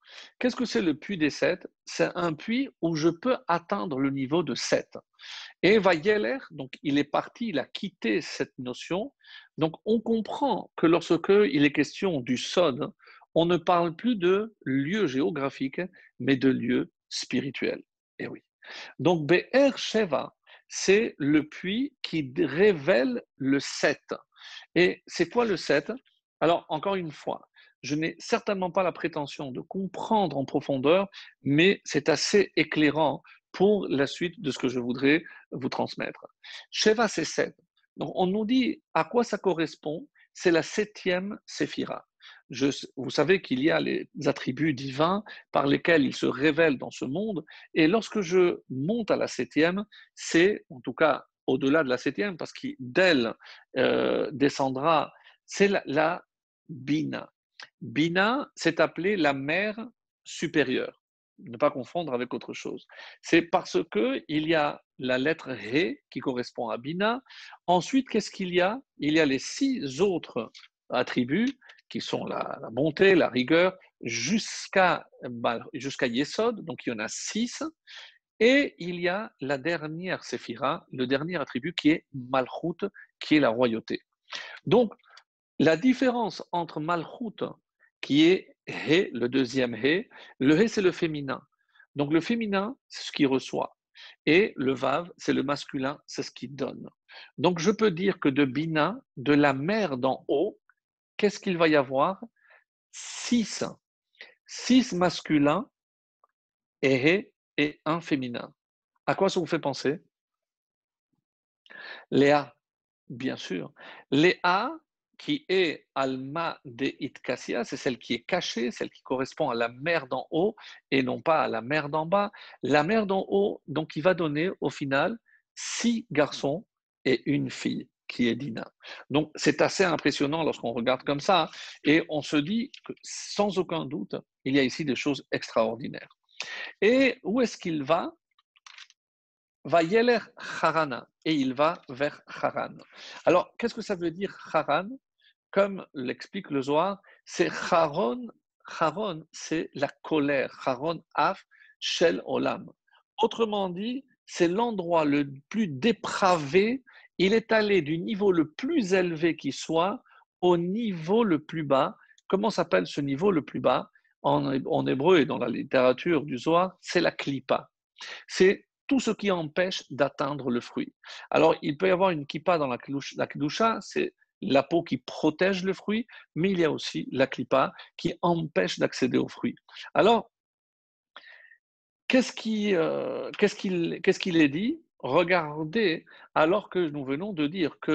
Qu'est-ce que c'est le puits des sept? C'est un puits où je peux atteindre le niveau de 7. Et Vayeler, donc il est parti, il a quitté cette notion. Donc on comprend que lorsque il est question du Sod, on ne parle plus de lieu géographique, mais de lieu spirituel. Et oui. Donc Be'er Sheva, c'est le puits qui révèle le 7. Et c'est quoi le 7? Alors, encore une fois, je n'ai certainement pas la prétention de comprendre en profondeur, mais c'est assez éclairant pour la suite de ce que je voudrais vous transmettre. Sheva, c'est 7. Donc, on nous dit à quoi ça correspond. C'est la septième séphira. Vous savez qu'il y a les attributs divins par lesquels il se révèle dans ce monde. Et lorsque je monte à la septième, c'est, en tout cas, au-delà de la septième, parce que d'elle descendra, c'est la Bina. Bina, c'est appelé la mer supérieure. Ne pas confondre avec autre chose. C'est parce que il y a la lettre Ré qui correspond à Bina. Ensuite, qu'est-ce qu'il y a? Il y a les 6 autres attributs qui sont la bonté, la rigueur, jusqu'à Yesod, donc il y en a 6. Et il y a la dernière séphira, le dernier attribut qui est Malchut, qui est la royauté. Donc, la différence entre Malchut, qui est He, le deuxième He, le He c'est le féminin. Donc le féminin, c'est ce qui reçoit. Et le Vav, c'est le masculin, c'est ce qui donne. Donc je peux dire que de Bina, de la mer d'en haut, qu'est-ce qu'il va y avoir? 6. 6 masculins et He et un féminin. À quoi ça vous fait penser? Léa, bien sûr. Léa, qui est Alma de Itkassia, c'est celle qui est cachée, celle qui correspond à la mer d'en haut et non pas à la mer d'en bas. La mer d'en haut, donc, qui va donner au final 6 garçons et une fille, qui est Dina. Donc, c'est assez impressionnant lorsqu'on regarde comme ça et on se dit que sans aucun doute, il y a ici des choses extraordinaires. Et où est-ce qu'il va? Va yeler Harana, et il va vers Haran. Alors, qu'est-ce que ça veut dire Haran? Comme l'explique le Zohar, c'est Haron. Haron, c'est la colère. Haron af shel olam. Autrement dit, c'est l'endroit le plus dépravé. Il est allé du niveau le plus élevé qui soit au niveau le plus bas. Comment s'appelle ce niveau le plus bas? En hébreu et dans la littérature du Zohar, c'est la klipa. C'est tout ce qui empêche d'atteindre le fruit. Alors, il peut y avoir une kippa dans la kedusha, c'est la peau qui protège le fruit, mais il y a aussi la klippa qui empêche d'accéder au fruit. Alors, qu'est-ce qu'il est dit? Regardez, alors que nous venons de dire que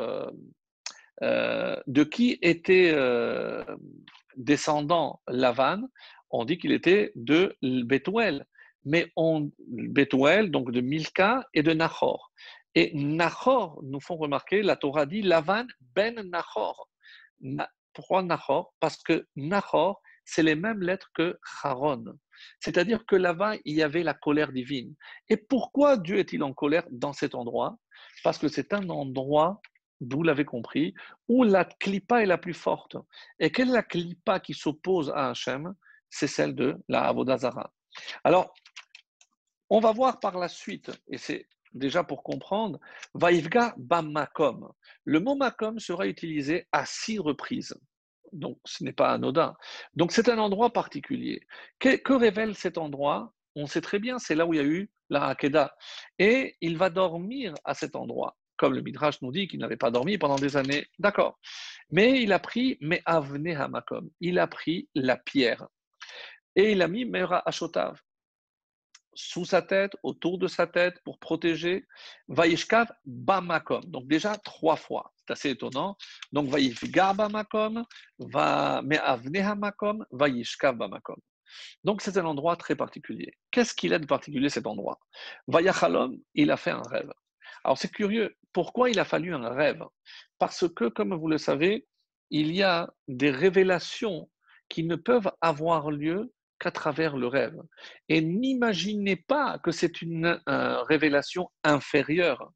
de qui était descendant Lavan, on dit qu'il était de Bethuel. Mais Bethuel, donc de Milka et de Nahor. Et Nahor, nous font remarquer, la Torah dit Lavan ben Nahor. Pourquoi Nahor? Parce que Nahor, c'est les mêmes lettres que Haron. C'est-à-dire que là-bas, il y avait la colère divine. Et pourquoi Dieu est-il en colère dans cet endroit? Parce que c'est un endroit, vous l'avez compris, où la clipa est la plus forte. Et quelle est la clipa qui s'oppose à Hachem? C'est celle de la Avodazara. Alors, on va voir par la suite, et c'est déjà pour comprendre, Vaivga Bamakom. Le mot Makom sera utilisé à 6 reprises. Donc, ce n'est pas anodin. Donc, c'est un endroit particulier. Que révèle cet endroit? On sait très bien, c'est là où il y a eu la Hakeda. Et il va dormir à cet endroit. Comme le Midrash nous dit qu'il n'avait pas dormi pendant des années. D'accord. Mais il a pris Me'avne Hamakom. Il a pris la pierre. Et il a mis Meura Ashotav sous sa tête, autour de sa tête, pour protéger. Vaishkav Bamakom. Donc déjà 3 fois. C'est assez étonnant. Donc Vaishkav Bamakom, Me'avne Hamakom, Vaishkav Bamakom. Donc c'est un endroit très particulier. Qu'est-ce qu'il a de particulier cet endroit? Vayachalom, il a fait un rêve. Alors c'est curieux. Pourquoi il a fallu un rêve? Parce que, comme vous le savez, il y a des révélations qui ne peuvent avoir lieu qu'à travers le rêve. Et n'imaginez pas que c'est une révélation inférieure,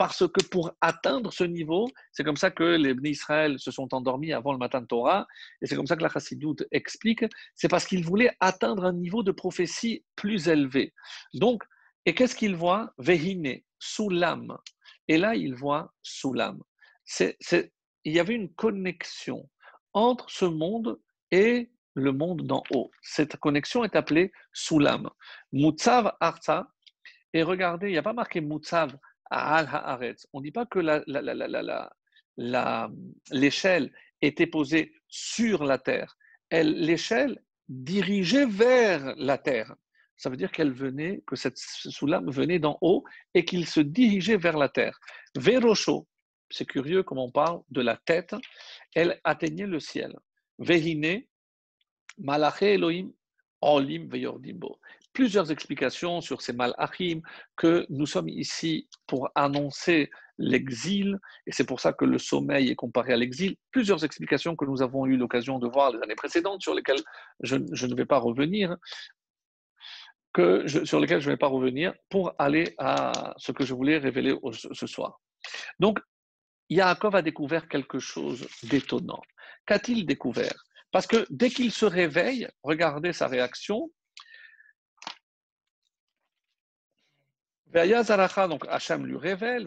parce que pour atteindre ce niveau, c'est comme ça que les Bnei Israël se sont endormis avant le matin de Torah, et c'est comme ça que la Chassidoute explique, c'est parce qu'ils voulaient atteindre un niveau de prophétie plus élevé. Donc, et qu'est-ce qu'ils voient? Vehine, Soulam. Et là, ils voient Soulam. Il y avait une connexion entre ce monde et le monde d'en haut. Cette connexion est appelée Soulam. Mutzav Arza, et regardez, il n'y a pas marqué Mutzav Al Haaretz. On ne dit pas que l'échelle était posée sur la terre. L'échelle dirigeait vers la terre. Ça veut dire qu'elle venait, que cette soulam venait d'en haut et qu'il se dirigeait vers la terre. Verosho, c'est curieux comme on parle de la tête, elle atteignait le ciel. Vehine, Malaché Elohim, Olim Veyordimbo. Plusieurs explications sur ces malachim, que nous sommes ici pour annoncer l'exil, et c'est pour ça que le sommeil est comparé à l'exil. Plusieurs explications que nous avons eu l'occasion de voir les années précédentes, sur lesquelles je ne vais pas revenir, sur lesquelles je ne vais pas revenir, pour aller à ce que je voulais révéler ce soir. Donc, Yaakov a découvert quelque chose d'étonnant. Qu'a-t-il découvert? Parce que dès qu'il se réveille, regardez sa réaction. Donc Hachem lui révèle,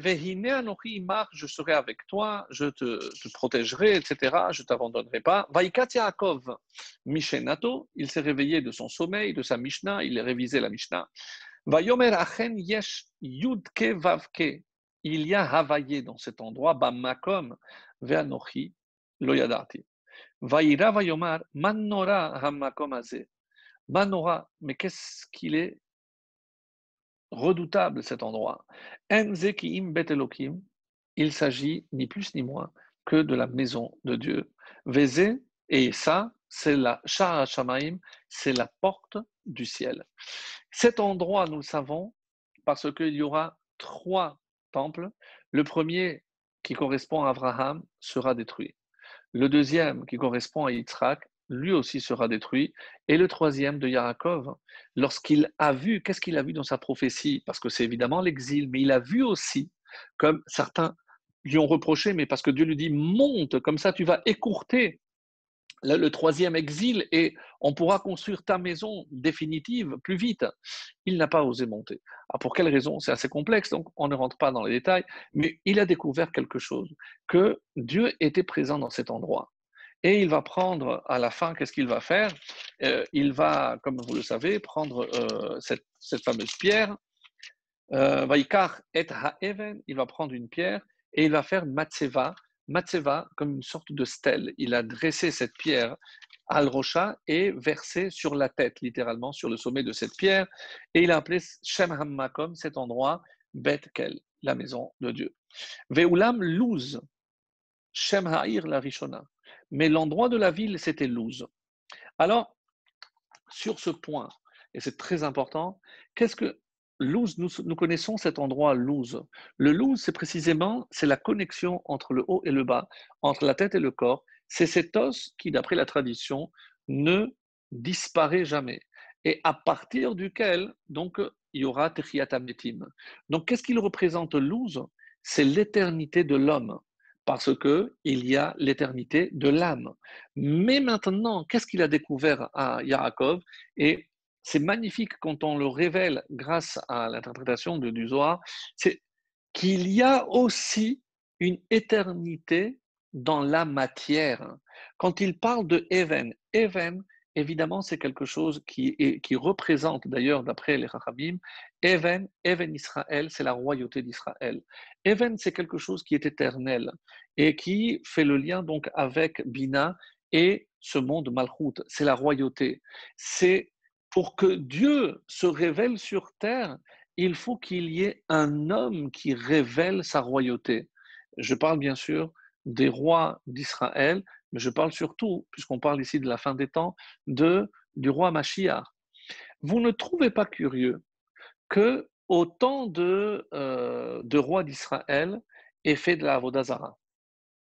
je serai avec toi, je te protégerai, etc. Je ne t'abandonnerai pas. Vaikat Yaakov, Mishenato, il s'est réveillé de son sommeil, de sa Mishnah, il a révisé la Mishnah. Vayomer Achen Yesh Yudke Vavke, il y a Havaye dans cet endroit, Bamakom, Veanochi, Loyadati. Vaïra Vayomar, Manora Hamakom Azeh. Manora, mais qu'est-ce qu'il est redoutable cet endroit. Enzekiim Bet Elokim, il s'agit ni plus ni moins que de la maison de Dieu. Vézé, et ça, c'est la Sha'ar Shamaim, c'est la porte du ciel. Cet endroit, nous le savons, parce qu'il y aura 3 temples. Le premier, qui correspond à Abraham, sera détruit. Le deuxième, qui correspond à Yitzhak, lui aussi sera détruit. Et le troisième de Yaakov, lorsqu'il a vu, qu'est-ce qu'il a vu dans sa prophétie? Parce que c'est évidemment l'exil, mais il a vu aussi, comme certains lui ont reproché, mais parce que Dieu lui dit, monte, comme ça tu vas écourter le troisième exil et on pourra construire ta maison définitive plus vite. Il n'a pas osé monter. Alors pour quelle raison? C'est assez complexe, donc on ne rentre pas dans les détails, mais il a découvert quelque chose, que Dieu était présent dans cet endroit. Et il va prendre, à la fin, qu'est-ce qu'il va faire? Il va, comme vous le savez, prendre cette fameuse pierre, Vaikar et Haeven, il va prendre une pierre et il va faire Matseva, Matseva comme une sorte de stèle. Il a dressé cette pierre al Rocha et versé sur la tête, littéralement, sur le sommet de cette pierre. Et il a appelé Shem Hammakom, cet endroit, Bet Kel, la maison de Dieu. Veulam Luz, Shem Ha'ir la Rishona. Mais l'endroit de la ville, c'était Luz. Alors, sur ce point, et c'est très important, qu'est-ce que Luz, nous connaissons cet endroit Luz. Le Luz, c'est précisément c'est la connexion entre le haut et le bas, entre la tête et le corps. C'est cet os qui, d'après la tradition, ne disparaît jamais. Et à partir duquel, donc, il y aura Techiyat Ametim. Donc, qu'est-ce qu'il représente Luz? C'est l'éternité de l'homme, parce que il y a l'éternité de l'âme. Mais maintenant, qu'est-ce qu'il a découvert à Yaakov? Et c'est magnifique quand on le révèle grâce à l'interprétation du Zohar, c'est qu'il y a aussi une éternité dans la matière. Quand il parle de Even, Even, évidemment, c'est quelque chose qui représente, d'ailleurs, d'après les Chachamim, Even, Even Israël, c'est la royauté d'Israël. Even, c'est quelque chose qui est éternel et qui fait le lien donc avec Bina et ce monde Malchut, c'est la royauté. C'est pour que Dieu se révèle sur terre, il faut qu'il y ait un homme qui révèle sa royauté. Je parle bien sûr des rois d'Israël, mais je parle surtout, puisqu'on parle ici de la fin des temps, du roi Mashiach. Vous ne trouvez pas curieux que au temps de rois d'Israël ait fait de la Avodazara?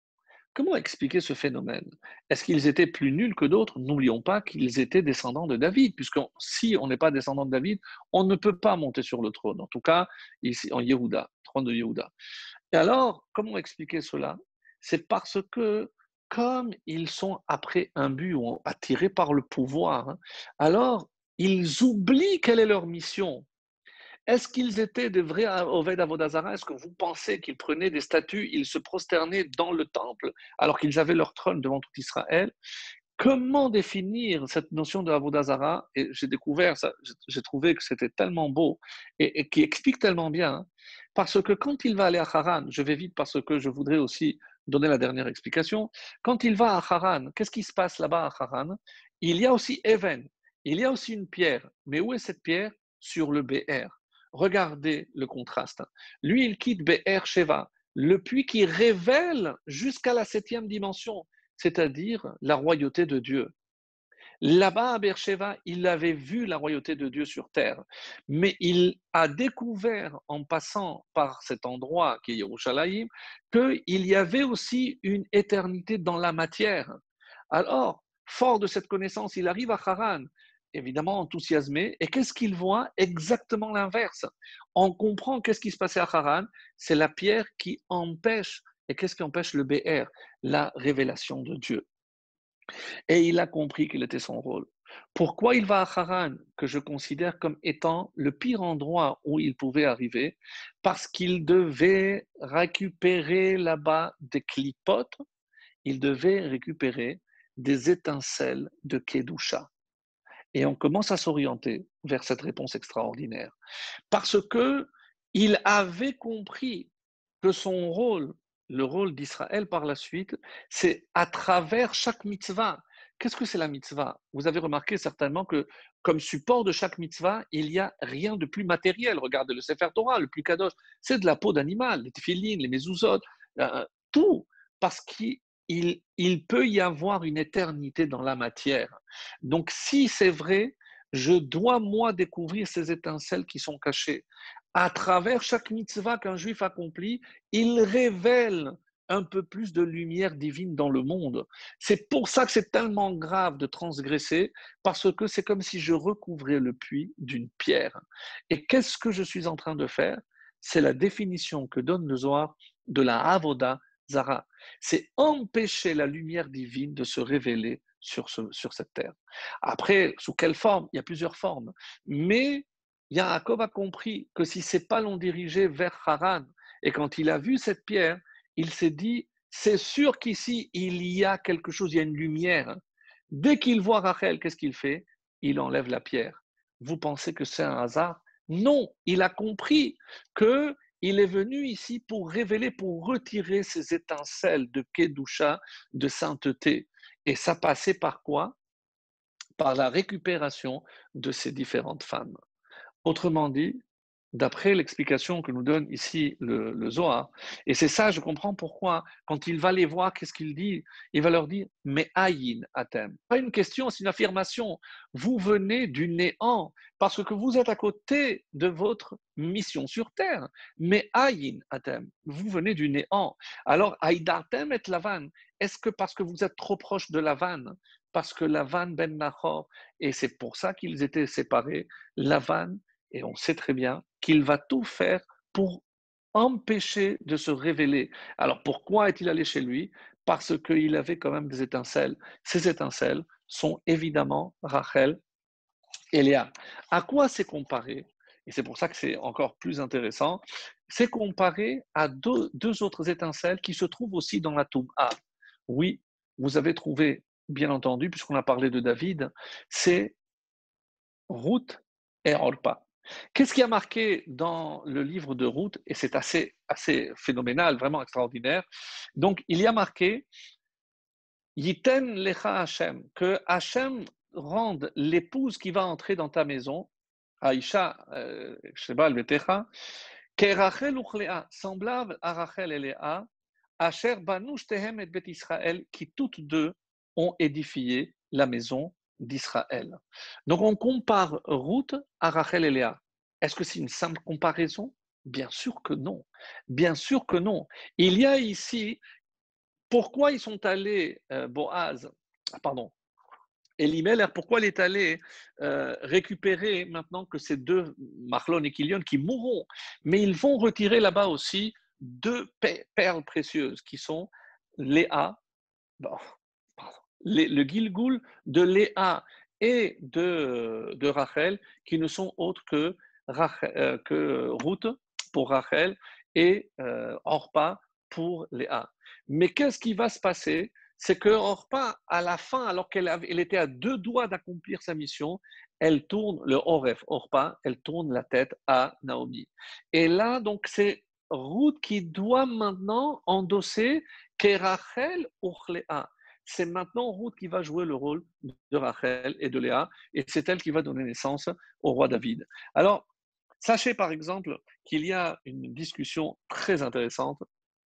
Comment expliquer ce phénomène? Est-ce qu'ils étaient plus nuls que d'autres? N'oublions pas qu'ils étaient descendants de David, puisque si on n'est pas descendant de David, on ne peut pas monter sur le trône. En tout cas, ici en Yehuda, trône de Yehuda. Et alors, comment expliquer cela? C'est parce que, comme ils sont après un but ou attirés par le pouvoir, hein, alors ils oublient quelle est leur mission. Est-ce qu'ils étaient de vrais Oved Avodazara? Est-ce que vous pensez qu'ils prenaient des statues, ils se prosternaient dans le temple alors qu'ils avaient leur trône devant tout Israël? Comment définir cette notion de Avodazara? Et j'ai découvert ça, j'ai trouvé que c'était tellement beau et qui explique tellement bien. Hein. Parce que quand il va aller à Haran, je vais vite parce que je voudrais aussi donner la dernière explication. Quand il va à Haran, qu'est-ce qui se passe là-bas à Haran? Il y a aussi Even, il y a aussi une pierre. Mais où est cette pierre? Sur le BR. Regardez le contraste. Lui, il quitte BR Sheva, le puits qui révèle jusqu'à la septième dimension, c'est-à-dire la royauté de Dieu. Là-bas, à Beersheba, il avait vu la royauté de Dieu sur terre, mais il a découvert en passant par cet endroit qui est Yerushalayim qu'il y avait aussi une éternité dans la matière. Alors, fort de cette connaissance, il arrive à Haran, évidemment enthousiasmé, et qu'est-ce qu'il voit? Exactement l'inverse. On comprend qu'est-ce qui se passait à Haran, c'est la pierre qui empêche, et qu'est-ce qui empêche le BR? La révélation de Dieu. Et il a compris quel était son rôle. Pourquoi il va à Haran, que je considère comme étant le pire endroit où il pouvait arriver? Parce qu'il devait récupérer là-bas des clipotes, il devait récupérer des étincelles de Kedusha. Et on commence à s'orienter vers cette réponse extraordinaire. Parce que il avait compris que son rôle, le rôle d'Israël par la suite, c'est à travers chaque mitzvah. Qu'est-ce que c'est la mitzvah? Vous avez remarqué certainement que comme support de chaque mitzvah, il n'y a rien de plus matériel. Regardez le Sefer Torah, le plus kadosh, c'est de la peau d'animal, les tefillin, les mezuzot, tout, parce qu'il peut y avoir une éternité dans la matière. Donc si c'est vrai, je dois moi découvrir ces étincelles qui sont cachées. À travers chaque mitzvah qu'un juif accomplit, il révèle un peu plus de lumière divine dans le monde. C'est pour ça que c'est tellement grave de transgresser, parce que c'est comme si je recouvrais le puits d'une pierre. Et qu'est-ce que je suis en train de faire? C'est la définition que donne le Zohar de la Avoda Zara. C'est empêcher la lumière divine de se révéler sur cette terre. Après, sous quelle forme? Il y a plusieurs formes. Mais Yaakov a compris que si ses pas l'ont dirigé vers Haran, et quand il a vu cette pierre, il s'est dit, c'est sûr qu'ici, il y a quelque chose, il y a une lumière. Dès qu'il voit Rachel, qu'est-ce qu'il fait? Il enlève la pierre. Vous pensez que c'est un hasard? Non, il a compris que il est venu ici pour révéler, pour retirer ces étincelles de Kedusha, de sainteté. Et ça passait par quoi? Par la récupération de ces différentes femmes. Autrement dit, d'après l'explication que nous donne ici le Zohar, et c'est ça, je comprends pourquoi, quand il va les voir, qu'est-ce qu'il dit? Il va leur dire, mais aïn atem. Pas une question, c'est une affirmation. Vous venez du néant, parce que vous êtes à côté de votre mission sur terre. Mais aïn atem, vous venez du néant. Alors, aïdatem et lavan, est-ce que parce que vous êtes trop proche de Lavan, parce que Lavan ben Nahor, et c'est pour ça qu'ils étaient séparés, Lavan, et on sait très bien qu'il va tout faire pour empêcher de se révéler. Alors pourquoi est-il allé chez lui? Parce qu'il avait quand même des étincelles. Ces étincelles sont évidemment Rachel et Léa. À quoi c'est comparé? Et c'est pour ça que c'est encore plus intéressant. C'est comparé à deux autres étincelles qui se trouvent aussi dans la Toum'a. Oui, vous avez trouvé, bien entendu, puisqu'on a parlé de David, c'est Ruth et Orpa. Qu'est-ce qui a marqué dans le livre de Ruth? Et c'est assez phénoménal, vraiment extraordinaire. Donc, il y a marqué Yiten lecha Hashem, que Hashem rende l'épouse qui va entrer dans ta maison, Aïcha, Sheba al-Betecha, Kerachel uchlea, semblable à Rachel et Léa, Asher banu shtehem et Bet Israël, qui toutes deux ont édifié la maison d'Israël. Donc on compare Ruth à Rachel et Léa. Est-ce que c'est une simple comparaison? Bien sûr que non. Bien sûr que non. Il y a ici Pourquoi ils sont allés, pardon, Elimelech, pourquoi il est allé récupérer maintenant que ces deux, Marlon et Kilion, qui mourront, mais ils vont retirer là-bas aussi deux perles précieuses qui sont Léa, bon, le Gilgoul de Léa et de Rachel, qui ne sont autres que Ruth pour Rachel et Orpa pour Léa. Mais qu'est-ce qui va se passer? C'est que Orpa, à la fin, alors elle était à deux doigts d'accomplir sa mission, elle tourne le Oref, Orpa, elle tourne la tête à Naomi. Et là, donc, c'est Ruth qui doit maintenant endosser Kerachel ou Léa. C'est maintenant Ruth qui va jouer le rôle de Rachel et de Léa, et c'est elle qui va donner naissance au roi David. Alors, sachez par exemple qu'il y a une discussion très intéressante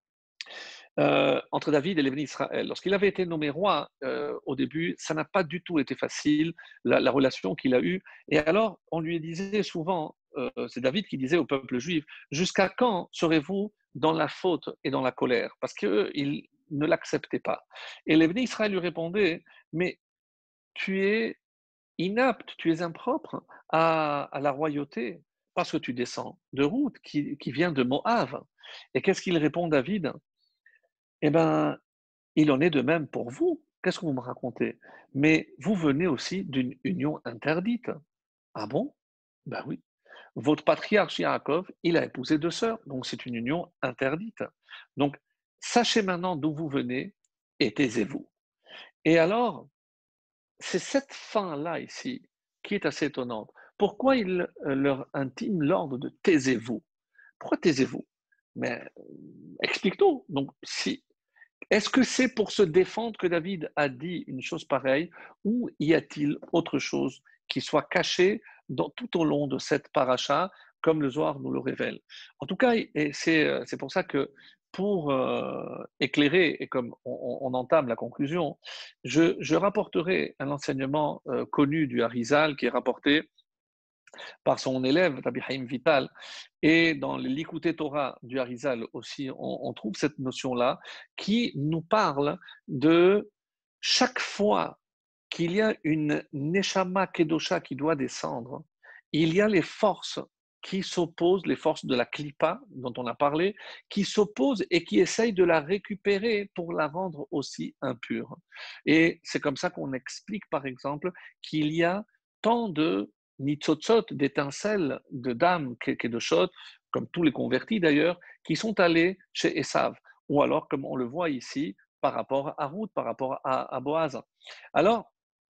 entre David et les bénis Israël. Lorsqu'il avait été nommé roi au début, ça n'a pas du tout été facile, la relation qu'il a eue. Et alors, on lui disait souvent, c'est David qui disait au peuple juif, jusqu'à quand serez-vous dans la faute et dans la colère? Parce qu'ils ne l'acceptaient pas. Et les bénis Israël lui répondaient, mais tu es inapte, tu es impropre à la royauté, parce que tu descends de Ruth, qui vient de Moab. Et qu'est-ce qu'il répond, David? Eh bien, il en est de même pour vous. Qu'est-ce que vous me racontez? Mais vous venez aussi d'une union interdite. Ah bon? Ben oui. Votre patriarche Yaakov, il a épousé deux sœurs, donc c'est une union interdite. Donc, sachez maintenant d'où vous venez et taisez-vous. Et alors, c'est cette fin-là ici qui est assez étonnante. Pourquoi il leur intime l'ordre de taisez-vous? Pourquoi taisez-vous? Mais explique-nous. Donc, si est-ce que c'est pour se défendre que David a dit une chose pareille ou y a-t-il autre chose qui soit cachée tout au long de cette paracha, comme le Zohar nous le révèle? En tout cas, et c'est pour ça que pour éclairer, et comme on entame la conclusion, je rapporterai un enseignement connu du Harizal qui est rapporté par son élève, Rabbi Haïm Vital. Et dans le Likutei Torah du Harizal aussi, on trouve cette notion-là qui nous parle de chaque fois qu'il y a une Neshama Kedosha qui doit descendre, il y a les forces qui s'opposent, les forces de la Klippa dont on a parlé, qui s'opposent et qui essayent de la récupérer pour la rendre aussi impure. Et c'est comme ça qu'on explique, par exemple, qu'il y a tant de nitzotzot, d'étincelles, de dames, kedoshot, comme tous les convertis d'ailleurs, qui sont allés chez Esav, ou alors comme on le voit ici, par rapport à Ruth, par rapport à Boaz. Alors,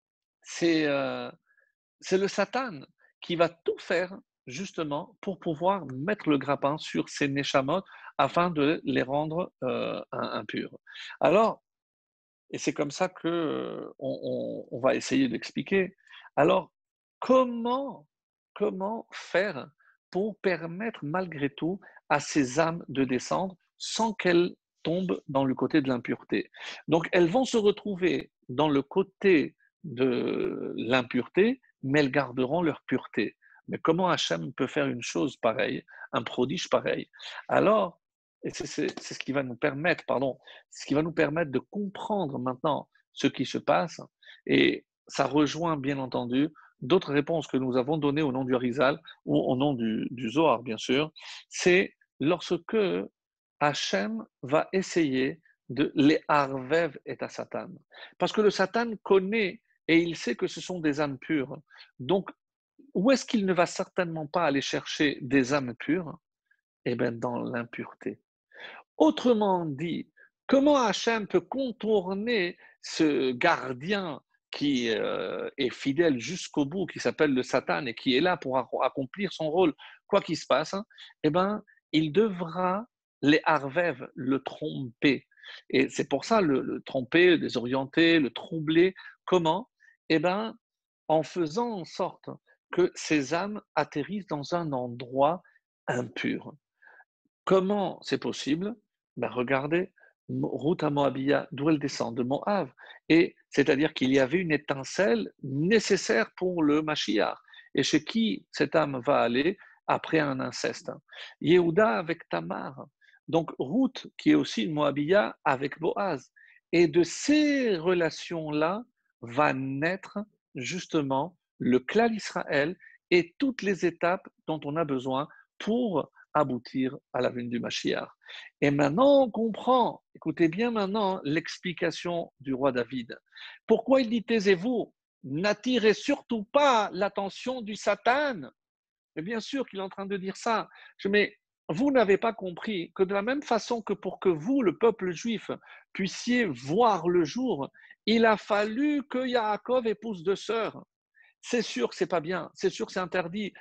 c'est le Satan qui va tout faire justement pour pouvoir mettre le grappin sur ces neshamot afin de les rendre impurs. Alors, et c'est comme ça que on va essayer d'expliquer. Alors, comment, comment faire pour permettre malgré tout à ces âmes de descendre sans qu'elles tombent dans le côté de l'impureté? Donc, elles vont se retrouver dans le côté de l'impureté, mais elles garderont leur pureté. Mais comment Hachem peut faire une chose pareille, un prodige pareil? Alors, et c'est ce qui va nous permettre, pardon, ce qui va nous permettre de comprendre maintenant ce qui se passe. Et ça rejoint, bien entendu, d'autres réponses que nous avons données au nom du Harizal ou au nom du Zohar, bien sûr. C'est lorsque Hachem va essayer de les harvev et à Satan. Parce que le Satan connaît et il sait que ce sont des âmes pures. Donc, où est-ce qu'il ne va certainement pas aller chercher des âmes pures? Eh bien, dans l'impureté. Autrement dit, comment Hachem peut contourner ce gardien qui est fidèle jusqu'au bout, qui s'appelle le Satan et qui est là pour accomplir son rôle, quoi qu'il se passe, hein, eh ben, il devra les harvev, le tromper. Et c'est pour ça le tromper, le désorienter, le troubler. Comment? Eh ben, en faisant en sorte que ces âmes atterrissent dans un endroit impur. Comment c'est possible? Ben regardez, Ruth à Moabia, d'où elle descend, de Moab. Et c'est-à-dire qu'il y avait une étincelle nécessaire pour le Mashiach. Et chez qui cette âme va aller après un inceste? Yehuda avec Tamar. Donc Ruth, qui est aussi une Moabia, avec Boaz. Et de ces relations-là va naître justement le clan Israël et toutes les étapes dont on a besoin pour aboutir à la venue du Mashiach. Et maintenant, on comprend, écoutez bien maintenant l'explication du roi David. Pourquoi il dit taisez-vous, n'attirez surtout pas l'attention du Satan. Mais bien sûr qu'il est en train de dire ça. Mais vous n'avez pas compris que de la même façon que pour que vous, le peuple juif, puissiez voir le jour, il a fallu que Yaakov épouse deux sœurs. C'est sûr que c'est pas bien, c'est sûr que c'est interdit.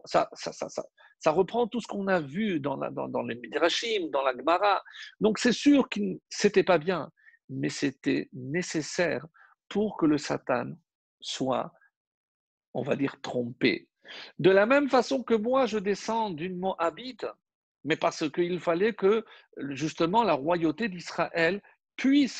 Ça reprend tout ce qu'on a vu dans les Midrashim, dans la Gemara. Donc c'est sûr que c'était pas bien, mais c'était nécessaire pour que le Satan soit, on va dire, trompé. De la même façon que moi, je descends d'une Moabite, mais parce qu'il fallait que justement la royauté d'Israël puisse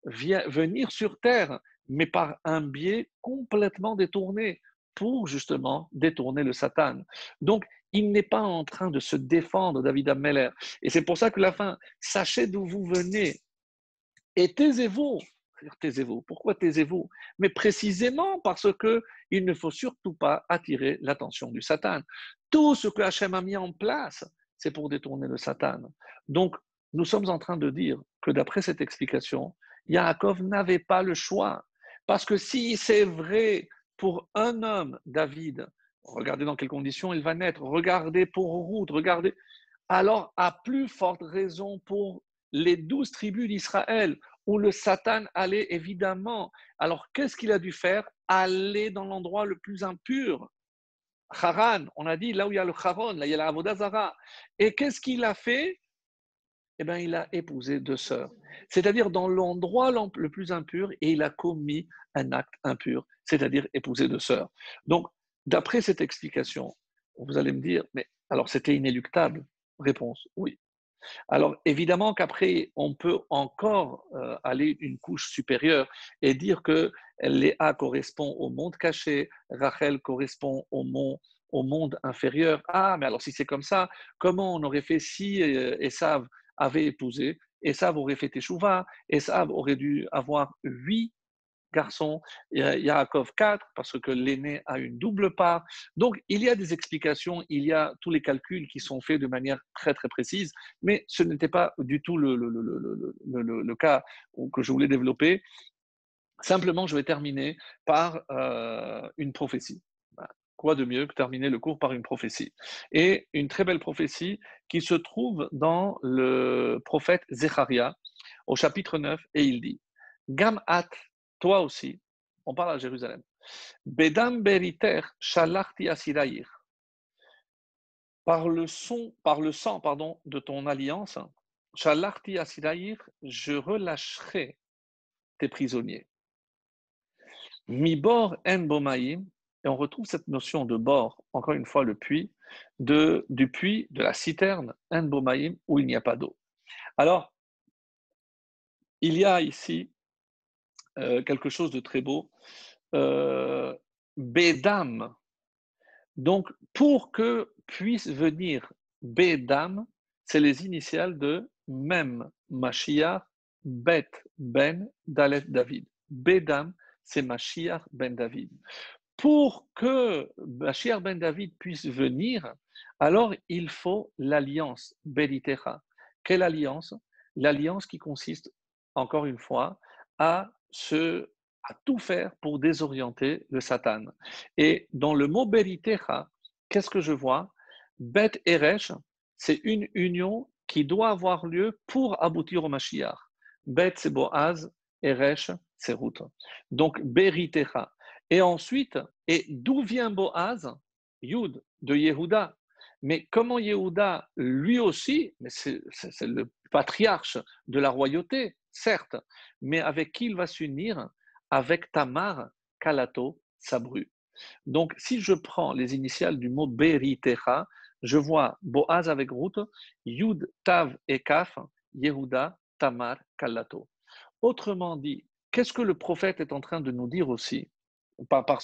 venir sur terre, mais par un biais complètement détourné, pour justement détourner le Satan. Donc, il n'est pas en train de se défendre, David Ameller. Et c'est pour ça que la fin, sachez d'où vous venez et taisez-vous. Taisez-vous. Pourquoi taisez-vous? Mais précisément parce que il ne faut surtout pas attirer l'attention du Satan. Tout ce que Hachem a mis en place, c'est pour détourner le Satan. Donc, nous sommes en train de dire que d'après cette explication, Yaakov n'avait pas le choix. Parce que si c'est vrai pour un homme, David, regardez dans quelles conditions il va naître, regardez pour Ruth, regardez, alors à plus forte raison pour les 12 tribus d'Israël, où le Satan allait évidemment. Alors qu'est-ce qu'il a dû faire? Aller dans l'endroit le plus impur. Haran, on a dit, là où il y a le Haron, là il y a la Avodazara. Et qu'est-ce qu'il a fait? Eh bien, il a épousé deux sœurs. C'est-à-dire dans l'endroit le plus impur, et il a commis un acte impur, c'est-à-dire épouser deux sœurs. Donc, d'après cette explication, vous allez me dire, mais alors c'était inéluctable? Réponse, oui. Alors évidemment qu'après, on peut encore aller une couche supérieure et dire que Léa correspond au monde caché, Rachel correspond au monde inférieur. Ah, mais alors si c'est comme ça, comment on aurait fait si Esav avait épousé? Esav aurait fait Teshuvah, Esav aurait dû avoir 8 garçons, Yaakov 4, parce que l'aîné a une double part. Donc, il y a des explications, il y a tous les calculs qui sont faits de manière très, très précise, mais ce n'était pas du tout le cas que je voulais développer. Simplement, je vais terminer par une prophétie. Quoi de mieux que terminer le cours par une prophétie? Et une très belle prophétie qui se trouve dans le prophète Zecharia, au chapitre 9, et il dit Gamat, toi aussi, on parle à Jérusalem, Bedam beriter shalachti asiraïr, par le sang, pardon, de ton alliance, shalachti asiraïr, je relâcherai tes prisonniers. Mi-bor en bomaïm, et on retrouve cette notion de bord, encore une fois le puits, du puits, de la citerne, en bomaïm, où il n'y a pas d'eau. Alors, il y a ici quelque chose de très beau. Bédam. Donc, pour que puisse venir Bédam, c'est les initiales de Mem, Mashiach, Bet, Ben, Dalet, David. Bédam, c'est Mashiach ben David. Pour que Mashiach ben David puisse venir, alors il faut l'alliance, Belitera. Quelle alliance? L'alliance qui consiste, encore une fois, à tout faire pour désorienter le Satan. Et dans le mot Belitera, qu'est-ce que je vois? Bet Eresh, c'est une union qui doit avoir lieu pour aboutir au Mashiach. Bet, c'est Boaz, Eresh, c'est Ruth. Donc, Beritera. Et ensuite, et d'où vient Boaz? Yud, de Yehuda. Mais comment Yehuda, lui aussi, mais c'est le patriarche de la royauté, certes, mais avec qui il va s'unir? Avec Tamar, Kalato, Sabru. Donc, si je prends les initiales du mot Beritecha, je vois Boaz avec Ruth, Yud, Tav et Kaf, Yehuda, Tamar, Kalato. Autrement dit, qu'est-ce que le prophète est en train de nous dire aussi par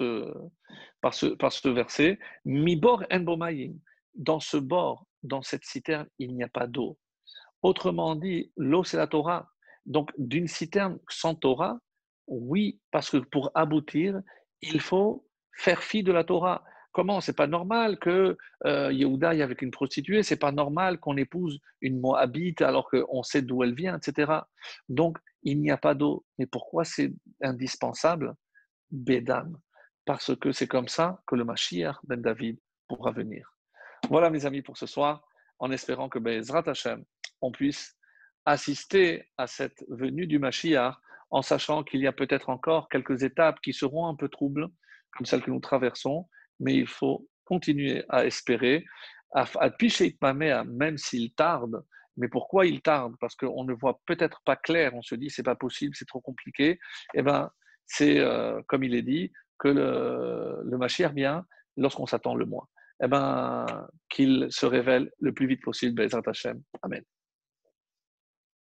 ce verset? Mibor en bomayim. Dans ce bord, dans cette citerne, il n'y a pas d'eau. Autrement dit, l'eau, c'est la Torah. Donc, d'une citerne sans Torah, oui, parce que pour aboutir, il faut faire fi de la Torah. Comment? C'est pas normal que Yehuda aille avec une prostituée, c'est pas normal qu'on épouse une Moabite alors qu'on sait d'où elle vient, etc. Donc, il n'y a pas d'eau. Mais pourquoi c'est indispensable? Bédam. Parce que c'est comme ça que le Mashiach ben David pourra venir. Voilà, mes amis, pour ce soir, en espérant que Bezrat Hashem, on puisse assister à cette venue du Mashiach, en sachant qu'il y a peut-être encore quelques étapes qui seront un peu troubles, comme celles que nous traversons, mais il faut continuer à espérer, à picher Mamea, même s'il tarde. Mais pourquoi il tarde? Parce qu'on ne voit peut-être pas clair, on se dit c'est pas possible, c'est trop compliqué. Eh bien, c'est comme il est dit, que le Mashiach vient lorsqu'on s'attend le moins. Eh ben, qu'il se révèle le plus vite possible, Bezrat Hashem. Amen.